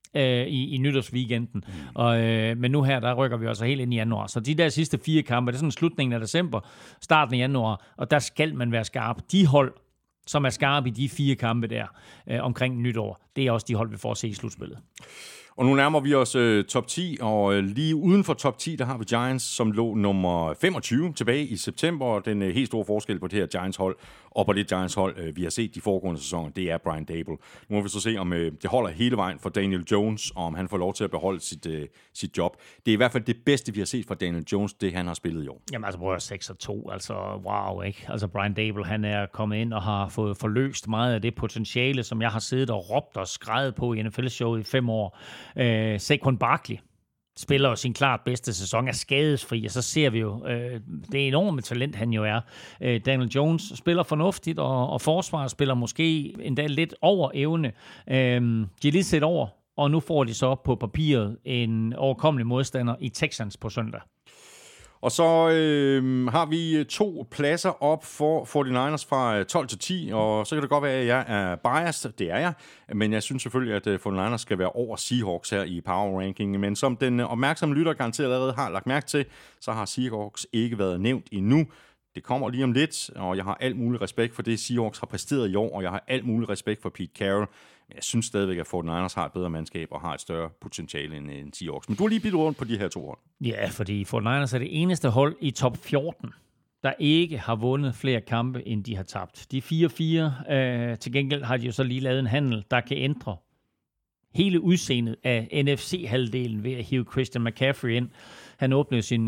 i nytårsweekenden. Men nu her, der rykker vi også helt ind i januar. Så de der sidste 4 kampe, det er sådan slutningen af december, starten af januar, og der skal man være skarp. De hold, som er skarpe i de 4 kampe der omkring nytår, det er også de hold, vi får at se i slutspillet. Og nu nærmer vi os top 10, og lige uden for top 10, der har vi Giants, som lå nummer 25 tilbage i september. Og den helt store forskel på det her Giants-hold og på det Giants-hold, vi har set de foregående sæsoner, det er Brian Daboll. Nu må vi så se, om det holder hele vejen for Daniel Jones, og om han får lov til at beholde sit job. Det er i hvert fald det bedste, vi har set fra Daniel Jones, det han har spillet i år. Jamen altså, prøv at 6-2, altså wow, ikke? Altså Brian Daboll, han er kommet ind og har fået forløst meget af det potentiale, som jeg har siddet og råbt og skreget på i NFL-showet i 5 år. Saquon Barkley spiller jo sin klart bedste sæson, er skadesfri, og så ser vi jo det enorme talent, han jo er. Daniel Jones spiller fornuftigt, og forsvaret spiller måske endda lidt over evne. De er lidt set over, og nu får de så på papiret en overkommelig modstander i Texans på søndag. Og så har vi 2 pladser op for 49ers fra 12 til 10, og så kan det godt være, at jeg er biased, det er jeg, men jeg synes selvfølgelig, at 49ers skal være over Seahawks her i power ranking, men som den opmærksomme lytter garanteret allerede har lagt mærke til, så har Seahawks ikke været nævnt endnu. Det kommer lige om lidt, og jeg har alt mulig respekt for det, Seahawks har præsteret i år, og jeg har alt mulig respekt for Pete Carroll. Men jeg synes stadigvæk, at 49ers har et bedre mandskab og har et større potentiale end Seahawks. Men du har lige bidt rundt på de her 2 hold. Ja, fordi 49ers er det eneste hold i top 14, der ikke har vundet flere kampe, end de har tabt. De 4-4. Til gengæld har de jo så lige lavet en handel, der kan ændre hele udseendet af NFC-halvdelen ved at hive Christian McCaffrey ind. Han åbnede sin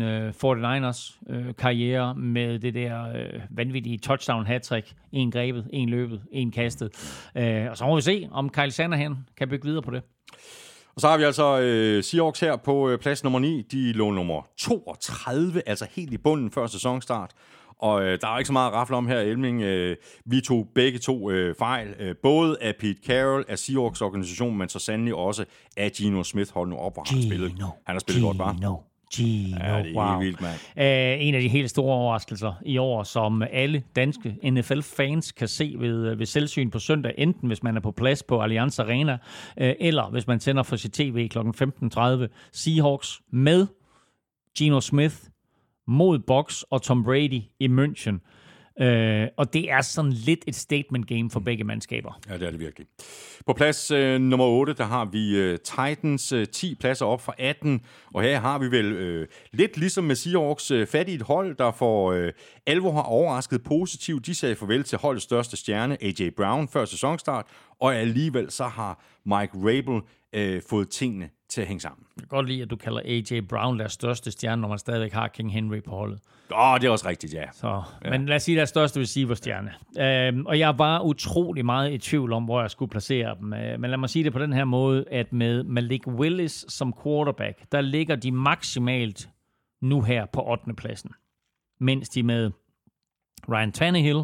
49ers-karriere med det der vanvittige touchdown-hattrick. 1 grebet, 1 løbet, 1 kastet. Og så må vi se, om Kyle Shanahan kan bygge videre på det. Og så har vi altså Seahawks her på plads nummer 9. De lå nummer 32, altså helt i bunden før sæsonstart. Og der er ikke så meget at rafle om her, Elming. Vi tog begge to fejl. Både af Pete Carroll, af Seahawks organisation, men så sandelig også af Geno Smith. Hold nu op, hvor han har spillet. Han har spillet godt, hva'? Geno, det er helt vildt, mand. En af de helt store overraskelser i år, som alle danske NFL-fans kan se ved selvsyn på søndag, enten hvis man er på plads på Allianz Arena, eller hvis man tænder for sit tv kl. 15.30. Seahawks med Geno Smith mod Bucs og Tom Brady i München. Og det er sådan lidt et statement game for begge mandskaber. Ja, det er det virkelig. På plads nummer 8, der har vi Titans 10 pladser op fra 18. Og her har vi vel lidt ligesom med Seahawks fat i et hold, der for alvor har overrasket positivt. De sagde farvel til holdets største stjerne, A.J. Brown, før sæsonstart. Og alligevel så har Mike Vrabel fået tingene til at hænge sammen. Jeg kan godt lide, at du kalder A.J. Brown deres største stjerne, når man stadigvæk har King Henry på holdet. Det er også rigtigt, ja. Så, ja. Men lad os sige, deres største receiver-stjerne. Og jeg var utrolig meget i tvivl om, hvor jeg skulle placere dem. Men lad mig sige det på den her måde, at med Malik Willis som quarterback, der ligger de maksimalt nu her på 8. pladsen. Mens de med Ryan Tannehill,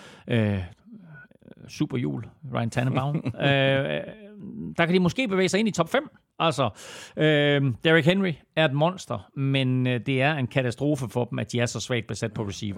superjul, Ryan Tannenbaum, der kan de måske bevæge sig ind i top 5. Altså, Derrick Henry er et monster, men det er en katastrofe for dem, at de er så svagt besat på receiver.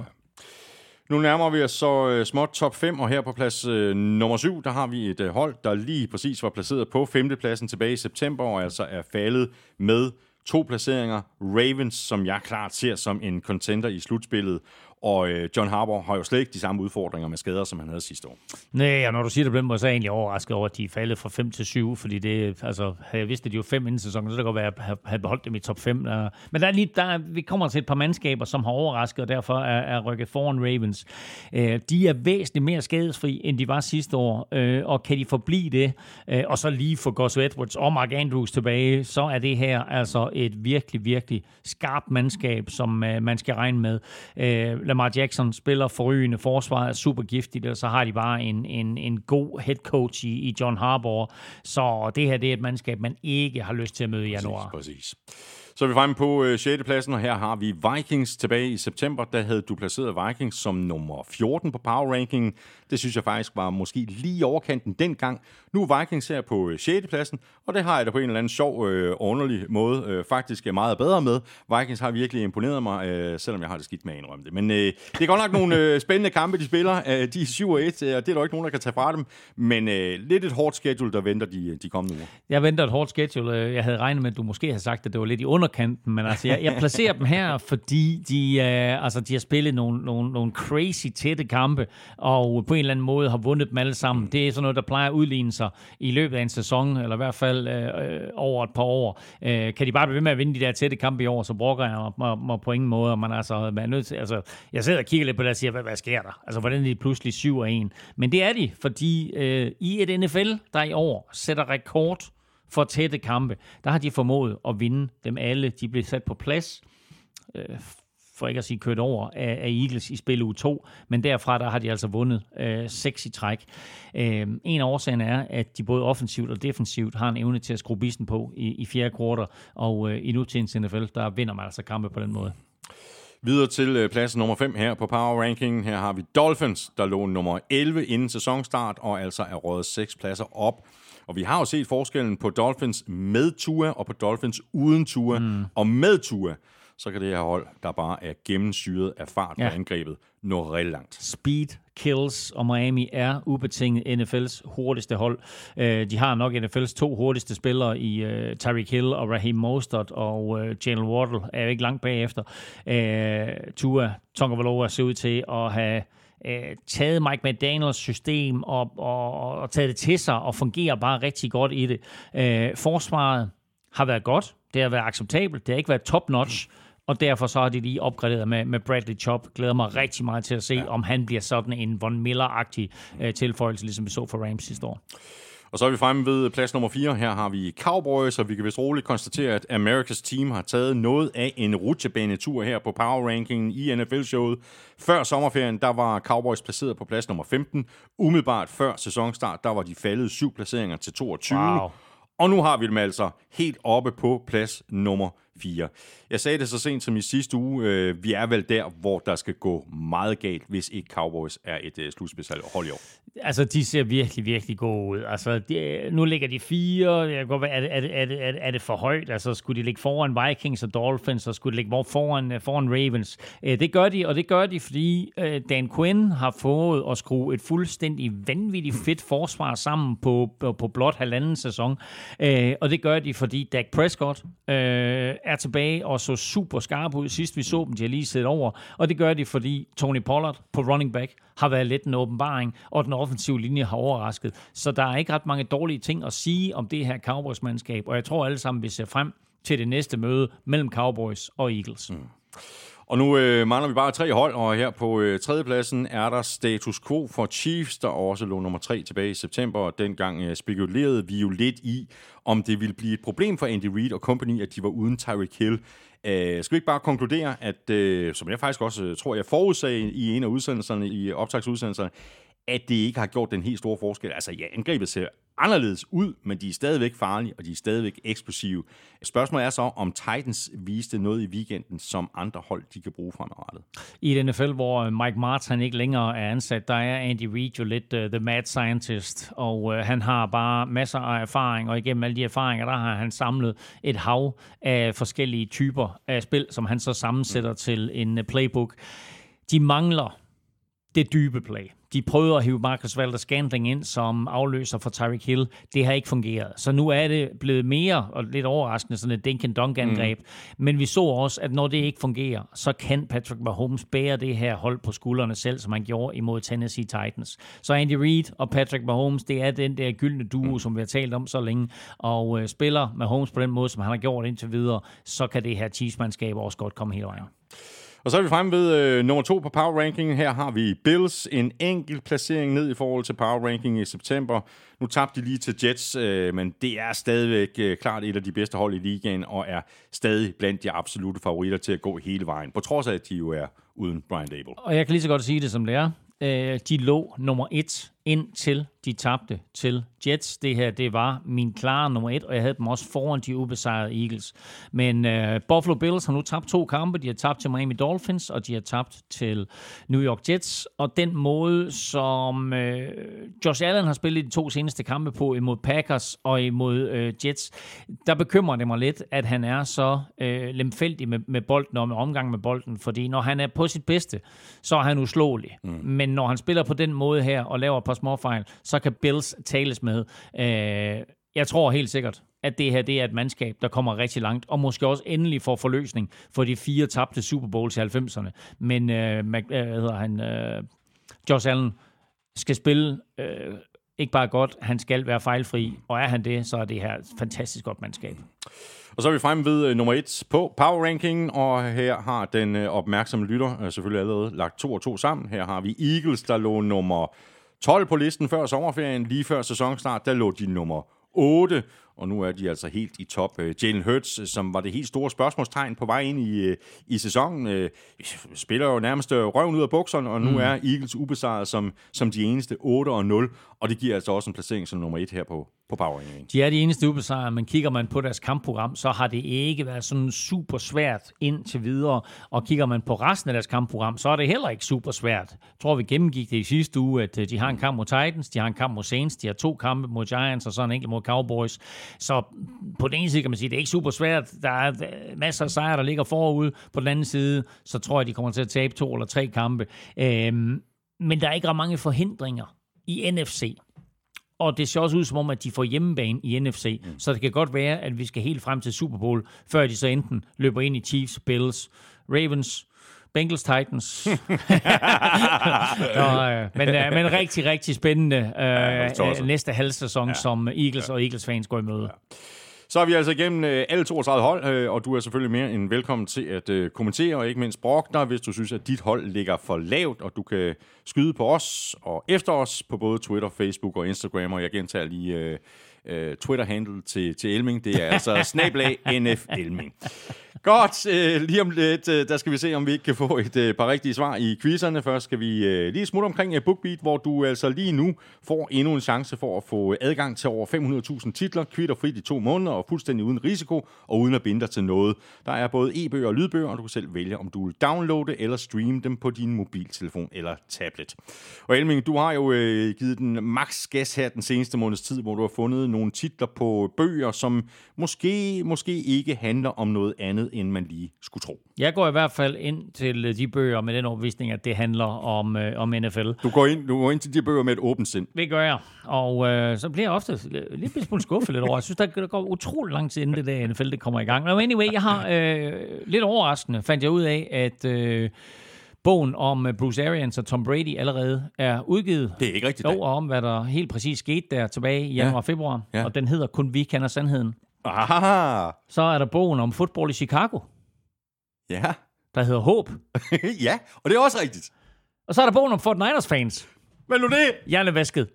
Nu nærmer vi os så småt top 5, og her på plads nummer 7, der har vi et hold, der lige præcis var placeret på 5. pladsen tilbage i september, og altså er faldet med 2 placeringer. Ravens, som jeg klart ser som en contender i slutspillet. Og John Harbaugh har jo slet ikke de samme udfordringer med skader, som han havde sidste år. Nej, og når du siger det på den måde, så er jeg egentlig overrasket over, at de er faldet fra 5 til 7, fordi det, altså, havde jeg vidst, at de var 5 inden sæsonen, så det kan godt være, at jeg havde beholdt dem i top 5. Men vi kommer til et par mandskaber, som har overrasket, og derfor er rykket foran Ravens. De er væsentligt mere skadesfri, end de var sidste år, og kan de forblive det, og så lige få Gus Edwards og Mark Andrews tilbage, så er det her altså et virkelig, virkelig skarpt mandskab, som man skal regne med. Lamar Jackson spiller forrygende, forsvaret er super giftigt, og så har de bare en god head coach i John Harbaugh. Så det her det er et mandskab, man ikke har lyst til at møde i januar. Præcis. Så er vi fremme på 6. pladsen, og her har vi Vikings tilbage i september. Der havde du placeret Vikings som nummer 14 på Power Rankingen. Det synes jeg faktisk var måske lige overkanten dengang. Nu er Vikings her på 6. pladsen, og det har jeg da på en eller anden sjov, underlig måde faktisk meget bedre med. Vikings har virkelig imponeret mig, selvom jeg har det skidt med at indrømme det. Men det er godt nok nogle spændende kampe, de spiller. De er 7-1, og det er der ikke nogen, der kan tage fra dem. Men lidt et hårdt schedule, der venter de kommende uger. Jeg venter et hårdt schedule. Jeg havde regnet med, at du måske havde sagt, at det var lidt i underkanten, men altså, jeg placerer dem her, fordi de har spillet nogle crazy tætte kampe, og på en eller anden måde har vundet dem alle sammen. Det er sådan noget, der plejer at udligne sig i løbet af en sæson, eller i hvert fald over et par år. Kan de bare blive ved med at vinde de der tætte kampe i år, så brokker jeg mig på ingen måde. Man er nødt til, jeg sidder og kigger lidt på det og siger, hvad sker der? Altså, hvordan er de pludselig 7-1? Men det er de, fordi i et NFL, der i år sætter rekord for tætte kampe, der har de formået at vinde dem alle. De blev sat på plads, for ikke at sige kørt over, af Eagles i spil uge 2, men derfra der har de altså vundet 6 i træk. En af årsagerne er, at de både offensivt og defensivt har en evne til at skrue bissen på i fjerde kvartal, og i nutidens NFL, der vinder man altså kampe på den måde. Videre til plads nummer 5 her på Power Rankingen. Her har vi Dolphins, der lå nummer 11 inden sæsonstart, og altså er røget 6 pladser op. Og vi har jo set forskellen på Dolphins med Tua og på Dolphins uden Tua. Og med Tua, så kan det her hold, der bare er gennemsyret af fart på angrebet, nå rigtig langt. Speed kills, og Miami er ubetinget NFL's hurtigste hold. De har nok NFL's 2 hurtigste spillere i Tyreek Hill og Raheem Mostert, og Jalen Waddle er jo ikke langt bagefter. Tua Tagovailoa ser ud til at have taget Mike McDaniels system og taget det til sig og fungerer bare rigtig godt i det. Forsvaret har været godt. Det har været acceptabelt. Det har ikke været top-notch. Og derfor så har de lige opgraderet med Bradley Chubb. Glæder mig rigtig meget til at se, om han bliver sådan en Von Miller-agtig tilføjelse, ligesom vi så for Rams sidste år. Og så er vi fremme ved plads nummer 4. Her har vi Cowboys, og vi kan vist roligt konstatere, at America's Team har taget noget af en rutsjebanetur her på Power Rankingen i NFL-showet. Før sommerferien, der var Cowboys placeret på plads nummer 15. Umiddelbart før sæsonstart, der var de faldet 7 placeringer til 22. Wow. Og nu har vi dem altså helt oppe på plads nummer 4. Jeg sagde det så sent som i sidste uge. Vi er vel der, hvor der skal gå meget galt, hvis ikke Cowboys er et slutspilshold i år. Altså, de ser virkelig, virkelig gode ud. Altså, nu ligger de 4. Er det for højt? Altså, skulle de ligge foran Vikings og Dolphins, og skulle de ligge foran Ravens? Det gør de, og det gør de, fordi Dan Quinn har fået at skrue et fuldstændig vanvittigt fedt forsvar sammen på blot halvanden sæson. Og det gør de, fordi Dak Prescott er tilbage og så super skarp ud. Sidst vi så dem, de har lige siddet over. Og det gør de, fordi Tony Pollard på running back har været lidt en åbenbaring, og den offensive linje har overrasket. Så der er ikke ret mange dårlige ting at sige om det her Cowboys-mandskab, og jeg tror alle sammen, vi ser frem til det næste møde mellem Cowboys og Eagles. Og nu mangler vi bare 3 hold, og her på 3. pladsen er der status quo for Chiefs, der også lå nummer 3 tilbage i september, og dengang spekulerede vi jo lidt i, om det ville blive et problem for Andy Reid og company, at de var uden Tyreek Hill. Skal vi ikke bare konkludere, at, som jeg faktisk også tror, jeg forudsagde i en af udsendelserne, i optagsudsendelserne, at det ikke har gjort den helt store forskel. Altså ja, angrebet ser anderledes ud, men de er stadigvæk farlige, og de er stadigvæk eksplosive. Spørgsmålet er så, om Titans viste noget i weekenden, som andre hold, de kan bruge fremadrettet. I et NFL, hvor Mike Martin ikke længere er ansat, der er Andy Reid jo lidt the mad scientist, og han har bare masser af erfaring, og igennem alle de erfaringer, der har han samlet et hav af forskellige typer af spil, som han så sammensætter til en playbook. De mangler det dybe play. De prøver at hive Marcus Valdes-Scantling ind som afløser for Tyreek Hill. Det har ikke fungeret. Så nu er det blevet mere, og lidt overraskende, sådan et dink-and-dunk-angreb. Men vi så også, at når det ikke fungerer, så kan Patrick Mahomes bære det her hold på skuldrene selv, som han gjorde imod Tennessee Titans. Så Andy Reid og Patrick Mahomes, det er den der gyldne duo, som vi har talt om så længe. Og spiller Mahomes på den måde, som han har gjort indtil videre, så kan det her Chiefs-mandskab også godt komme hele vejen. Og så er vi fremme ved nummer 2 på Power Ranking. Her har vi Bills, en enkelt placering ned i forhold til Power Ranking i september. Nu tabte de lige til Jets, men det er stadigvæk klart et af de bedste hold i ligaen, og er stadig blandt de absolutte favoritter til at gå hele vejen, på trods af, at de jo er uden Brian Daboll. Og jeg kan lige så godt sige det, som det er. De lå nummer 1 indtil de tabte til Jets. Det her, det var min klare nummer 1, og jeg havde dem også foran de ubesejrede Eagles. Men Buffalo Bills har nu tabt 2 kampe. De har tabt til Miami Dolphins, og de har tabt til New York Jets. Og den måde, som Josh Allen har spillet de 2 seneste kampe på imod Packers og imod Jets, der bekymrer det mig lidt, at han er så lemfældig med bolden og med omgang med bolden, fordi når han er på sit bedste, så er han uslåelig. Men når han spiller på den måde her og laver et par småfejl, så kan Bills tales med. Jeg tror helt sikkert, at det her det er et mandskab, der kommer rigtig langt, og måske også endelig får forløsning for de 4 tabte Super Bowls i 90'erne. Men Josh Allen skal spille ikke bare godt, han skal være fejlfri, og er han det, så er det her et fantastisk godt mandskab. Og så er vi fremme ved nummer 1 på Power Ranking, og her har den opmærksomme lytter selvfølgelig allerede lagt 2 og 2 sammen. Her har vi Eagles, der lå nummer 12 på listen før sommerferien. Lige før sæsonstart, der lå de nummer 8, og nu er de altså helt i top. Jalen Hurts, som var det helt store spørgsmålstegn på vej ind i sæsonen, spiller jo nærmest røven ud af bukserne, og nu er Eagles ubesejret som de eneste 8-0, og det giver altså også en placering som nummer 1 her på Power Ranking. De er de eneste ubesejrede, men kigger man på deres kampprogram, så har det ikke været sådan super svært indtil videre, og kigger man på resten af deres kampprogram, så er det heller ikke super svært. Jeg tror, vi gennemgik det i sidste uge, at de har en kamp mod Titans, de har en kamp mod Saints, de har 2 kampe mod Giants, og så en enkelt mod Cowboys. Så på den ene side kan man sige, at det er ikke super svært. Der er masser af sejre, der ligger forud. På den anden side, så tror jeg, de kommer til at tabe 2 eller 3 kampe. Men der er ikke ret mange forhindringer i NFC. Og det ser også ud som om, at de får hjemmebane i NFC. Så det kan godt være, at vi skal helt frem til Super Bowl, før de så enten løber ind i Chiefs, Bills, Ravens, Bengals, Titans. Men rigtig, rigtig spændende næste halvsæson, som Eagles og Eagles-fans går i møde. Ja. Så er vi altså igennem alle 32 hold, og du er selvfølgelig mere end velkommen til at kommentere, og ikke mindst brokke dig, hvis du synes, at dit hold ligger for lavt, og du kan skyde på os og efter os på både Twitter, Facebook og Instagram, og jeg gentager lige Twitter-handle til Elming. Det er altså @NF Elming. Godt, lige om lidt, der skal vi se, om vi ikke kan få et par rigtige svar i quizzerne. Først skal vi lige smutte omkring BookBeat, hvor du altså lige nu får endnu en chance for at få adgang til over 500.000 titler, kvitterfrit i 2 måneder og fuldstændig uden risiko og uden at binde dig til noget. Der er både e-bøger og lydbøger, og du kan selv vælge, om du vil downloade eller streame dem på din mobiltelefon eller tablet. Og Elming, du har jo givet den max gas her den seneste måneds tid, hvor du har fundet nogle titler på bøger, som måske ikke handler om noget andet, end man lige skulle tro. Jeg går i hvert fald ind til de bøger med den overbevisning, at det handler om NFL. Du går ind til de bøger med et åbent sind. Det gør jeg. Og så bliver jeg ofte lidt smule skuffet lidt over. Jeg synes, der går utrolig lang tid, inden det der NFL det kommer i gang. Men anyway, jeg har lidt overraskende fandt jeg ud af, at bogen om Bruce Arians og Tom Brady allerede er udgivet. Det er ikke rigtigt. Og om, hvad der helt præcis skete der tilbage i januar og februar. Ja. Og den hedder Kun vi kender sandheden. Aha. Så er der bogen om fodbold i Chicago. Ja. Der hedder Håb. Ja, og det er også rigtigt. Og så er der bogen om Fort Niners fans. Hvad nu det? Hjernevasket.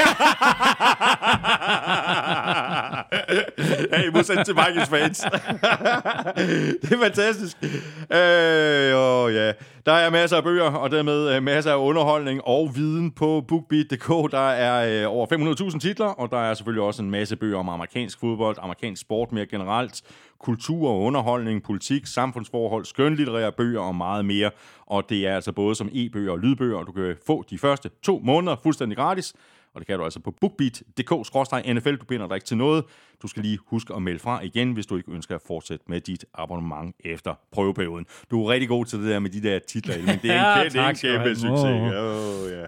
Hey, modsat til Vikings fans. Det er fantastisk. Ja. Der er masser af bøger, og dermed masser af underholdning og viden på BookBeat.dk. Der er over 500.000 titler, og der er selvfølgelig også en masse bøger om amerikansk fodbold, amerikansk sport mere generelt, kultur og underholdning, politik, samfundsforhold, skønlitterære bøger og meget mere. Og det er altså både som e-bøger og lydbøger, og du kan få de første 2 måneder fuldstændig gratis. Og det kan du altså på bookbeat.dk/NFL. Du binder dig ikke til noget. Du skal lige huske at melde fra igen, hvis du ikke ønsker at fortsætte med dit abonnement efter prøveperioden. Du er rigtig god til det der med de der titler, men det er en kæmpe succes. Ja.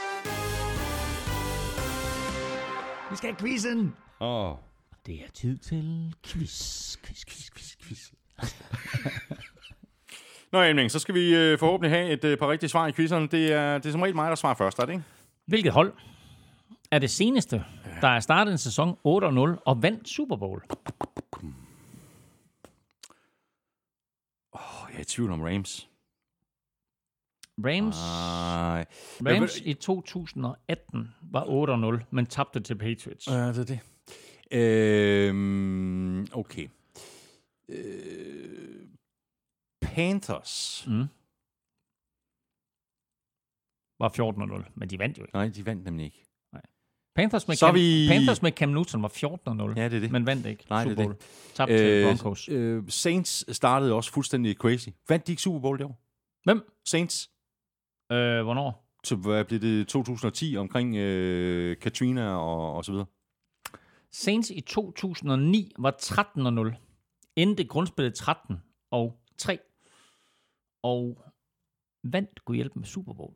Vi skal have quizzen. Det er tid til quiz. Nå, Emling, så skal vi forhåbentlig have et par rigtige svar i quizzerne. Det er som regel mig, der svarer først, er det ikke? Hvilket hold er det seneste, der er startet en sæson 8-0 og vandt Super Bowl? Jeg er i tvivl om Rams. Rams i 2018 var 8-0, men tabte til Patriots. Ja, det er det. Okay. Panthers. Var 14-0, men de vandt jo ikke. Nej, de vandt nemlig ikke. Nej. Panthers med Cam Newton var 14-0, ja, det er det. men vandt ikke. Nej, Super Bowl. Tabte til Broncos. Saints startede også fuldstændig crazy. Vandt de ikke Super Bowl det år? Hvem? Saints. Hvornår? Så hvad blev det 2010 omkring Katrina og så videre? Saints i 2009 var 13-0. Endte grundspillet 13-3. Og vandt kunne hjælpe med Super Bowl.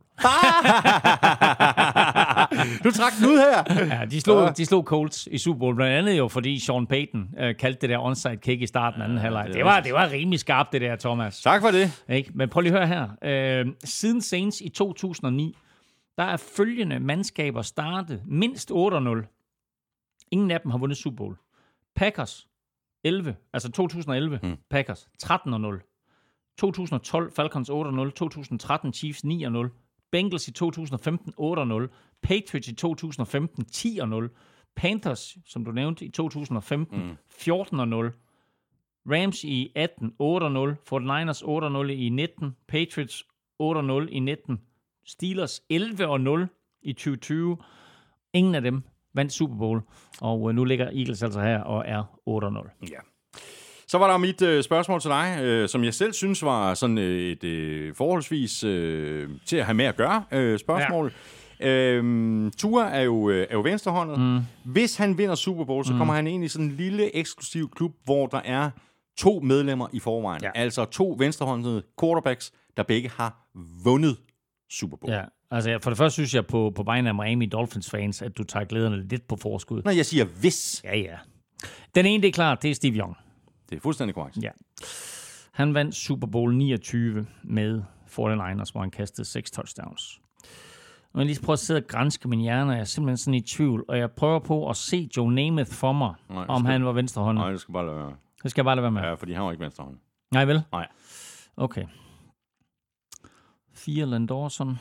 Du trak den ud her. Ja, de slog Colts i Super Bowl, blandt andet jo, fordi Sean Payton kaldte det der onside kick i starten af anden halvleg. Det var rimelig skarpt, det der, Thomas. Tak for det. Ikke? Men prøv lige at høre her. Siden Saints i 2009, der er følgende mandskaber startet mindst 8-0. Ingen af dem har vundet Super Bowl. Packers 11, altså 2011, Packers 13-0. 2012 Falcons 8-0, 2013 Chiefs 9-0, Bengals i 2015 8-0, Patriots i 2015 10-0, Panthers, som du nævnte, i 2015 14-0, Rams i 18 8-0, 49ers 8-0 i 19, Patriots 8-0 i 19, Steelers 11-0 i 2020. Ingen af dem vandt Super Bowl, og nu ligger Eagles altså her og er 8-0. Ja. Så var der mit spørgsmål til dig, som jeg selv synes var sådan et forholdsvis til at have med at gøre spørgsmål. Ja. Tua er jo venstrehåndet. Hvis han vinder Super Bowl, så kommer han ind i sådan en lille eksklusiv klub, hvor der er 2 medlemmer i forvejen. Ja. Altså 2 venstrehåndede quarterbacks, der begge har vundet Super Bowl. Ja. Altså, for det første synes jeg på vegne af Miami Dolphins fans, at du tager glæderne lidt på forskud. Nej, jeg siger hvis. Ja. Den ene, det er klart, det er Steve Young. Det er fuldstændig korrekt. Ja. Han vandt Super Bowl 29 med 49ers, hvor han kastede 6 touchdowns. Og jeg lige prøver at sidde og granske min hjerne, jeg er simpelthen sådan i tvivl, og jeg prøver på at se Joe Namath for mig, om han var venstrehåndet. Nej, det skal bare lade være. Det skal jeg bare lade være med. Ja, fordi han var ikke venstrehåndet. Nej, vel? Nej. Okay. 4 Len Dawson.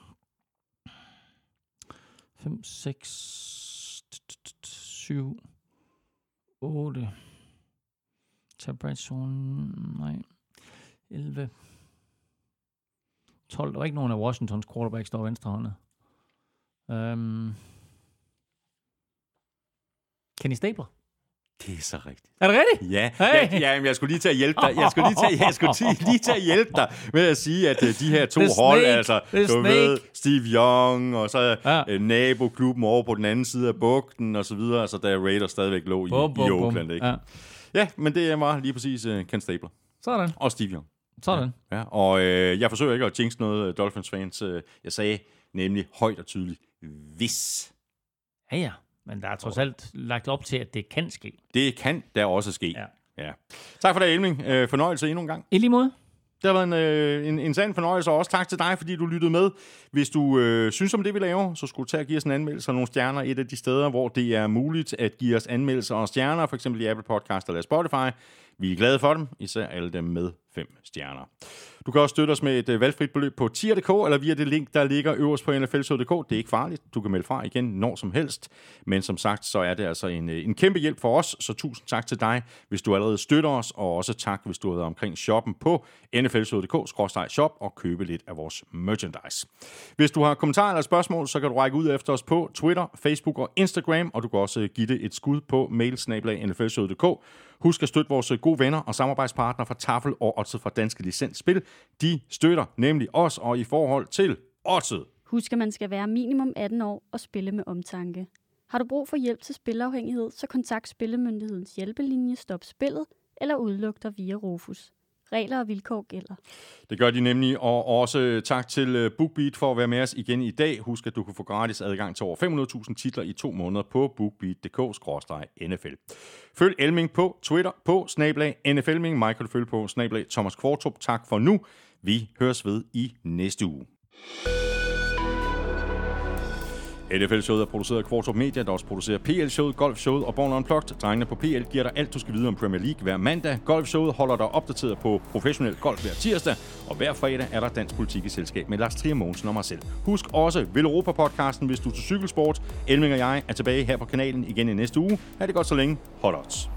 5, 6, 7, 8, Tabrizone, nej. 11. 12. Der var ikke nogen af Washingtons quarterbacks, der var venstrehåndet. Kenny Stabler. Det er så rigtigt. Er det rigtigt? Ja, Hey. men jeg skulle lige til at hjælpe dig. Jeg skulle lige til at hjælpe dig med at sige, at de her to hold, altså, du ved, Steve Young, og så naboklubben over på den anden side af bugten, og så videre, altså da Raiders stadigvæk lå i Oakland, ikke? Ja, men det var lige præcis Ken Stabler. Sådan. Og Steve Young. Sådan. Ja, og jeg forsøger ikke at jinx noget Dolphins-fans. Jeg sagde nemlig højt og tydeligt, hvis. Ja. Men der er trods alt lagt op til, at det kan ske. Det kan der også ske. Ja. Tak for det, Elming. Fornøjelse endnu en gang. I lige måde. Det har været en sand fornøjelse, og også tak til dig, fordi du lyttede med. Hvis du synes om det, vi laver, så skulle du tage og give os en anmeldelse og nogle stjerner et af de steder, hvor det er muligt at give os anmeldelser og stjerner, f.eks. i Apple Podcast eller Spotify. Vi er glade for dem, især alle dem med 5 stjerner. Du kan også støtte os med et valgfrit beløb på tier.dk eller via det link, der ligger øverst på nflshow.dk. Det er ikke farligt. Du kan melde fra igen når som helst. Men som sagt, så er det altså en kæmpe hjælp for os. Så tusind tak til dig, hvis du allerede støtter os. Og også tak, hvis du har været omkring shoppen på nflshow.dk/shop og købe lidt af vores merchandise. Hvis du har kommentarer eller spørgsmål, så kan du række ud efter os på Twitter, Facebook og Instagram. Og du kan også give det et skud på mail@nflshow.dk. Husk at støtte vores gode venner og samarbejdspartnere fra Tafel og Odset fra Danske Licensspil. De støtter nemlig os, og i forhold til Odset. Husk, at man skal være minimum 18 år og spille med omtanke. Har du brug for hjælp til spilafhængighed, så kontakt Spillemyndighedens hjælpelinje Stop Spillet eller udluk dig via Rufus. Regler og vilkår gælder. Det gør de nemlig, og også tak til BookBeat for at være med os igen i dag. Husk, at du kan få gratis adgang til over 500.000 titler i 2 måneder på bookbeat.dk/NFL. Følg Elming på Twitter på @NFLming. Mig kan du følge på @Thomas Kvartrup. Tak for nu. Vi høres ved i næste uge. NFL-showet er produceret af Kvartrup Media, der også producerer PL-showet, Golf-showet og Born Unplugged. Drengene på PL giver dig alt, du skal vide om Premier League hver mandag. Golf-showet holder dig opdateret på professionel golf hver tirsdag. Og hver fredag er der dansk politik i selskab med Lars Trier Mogensen og mig selv. Husk også Velropa-podcasten, hvis du er til cykelsport. Elming og jeg er tilbage her på kanalen igen i næste uge. Ha' det godt så længe. Hot odds.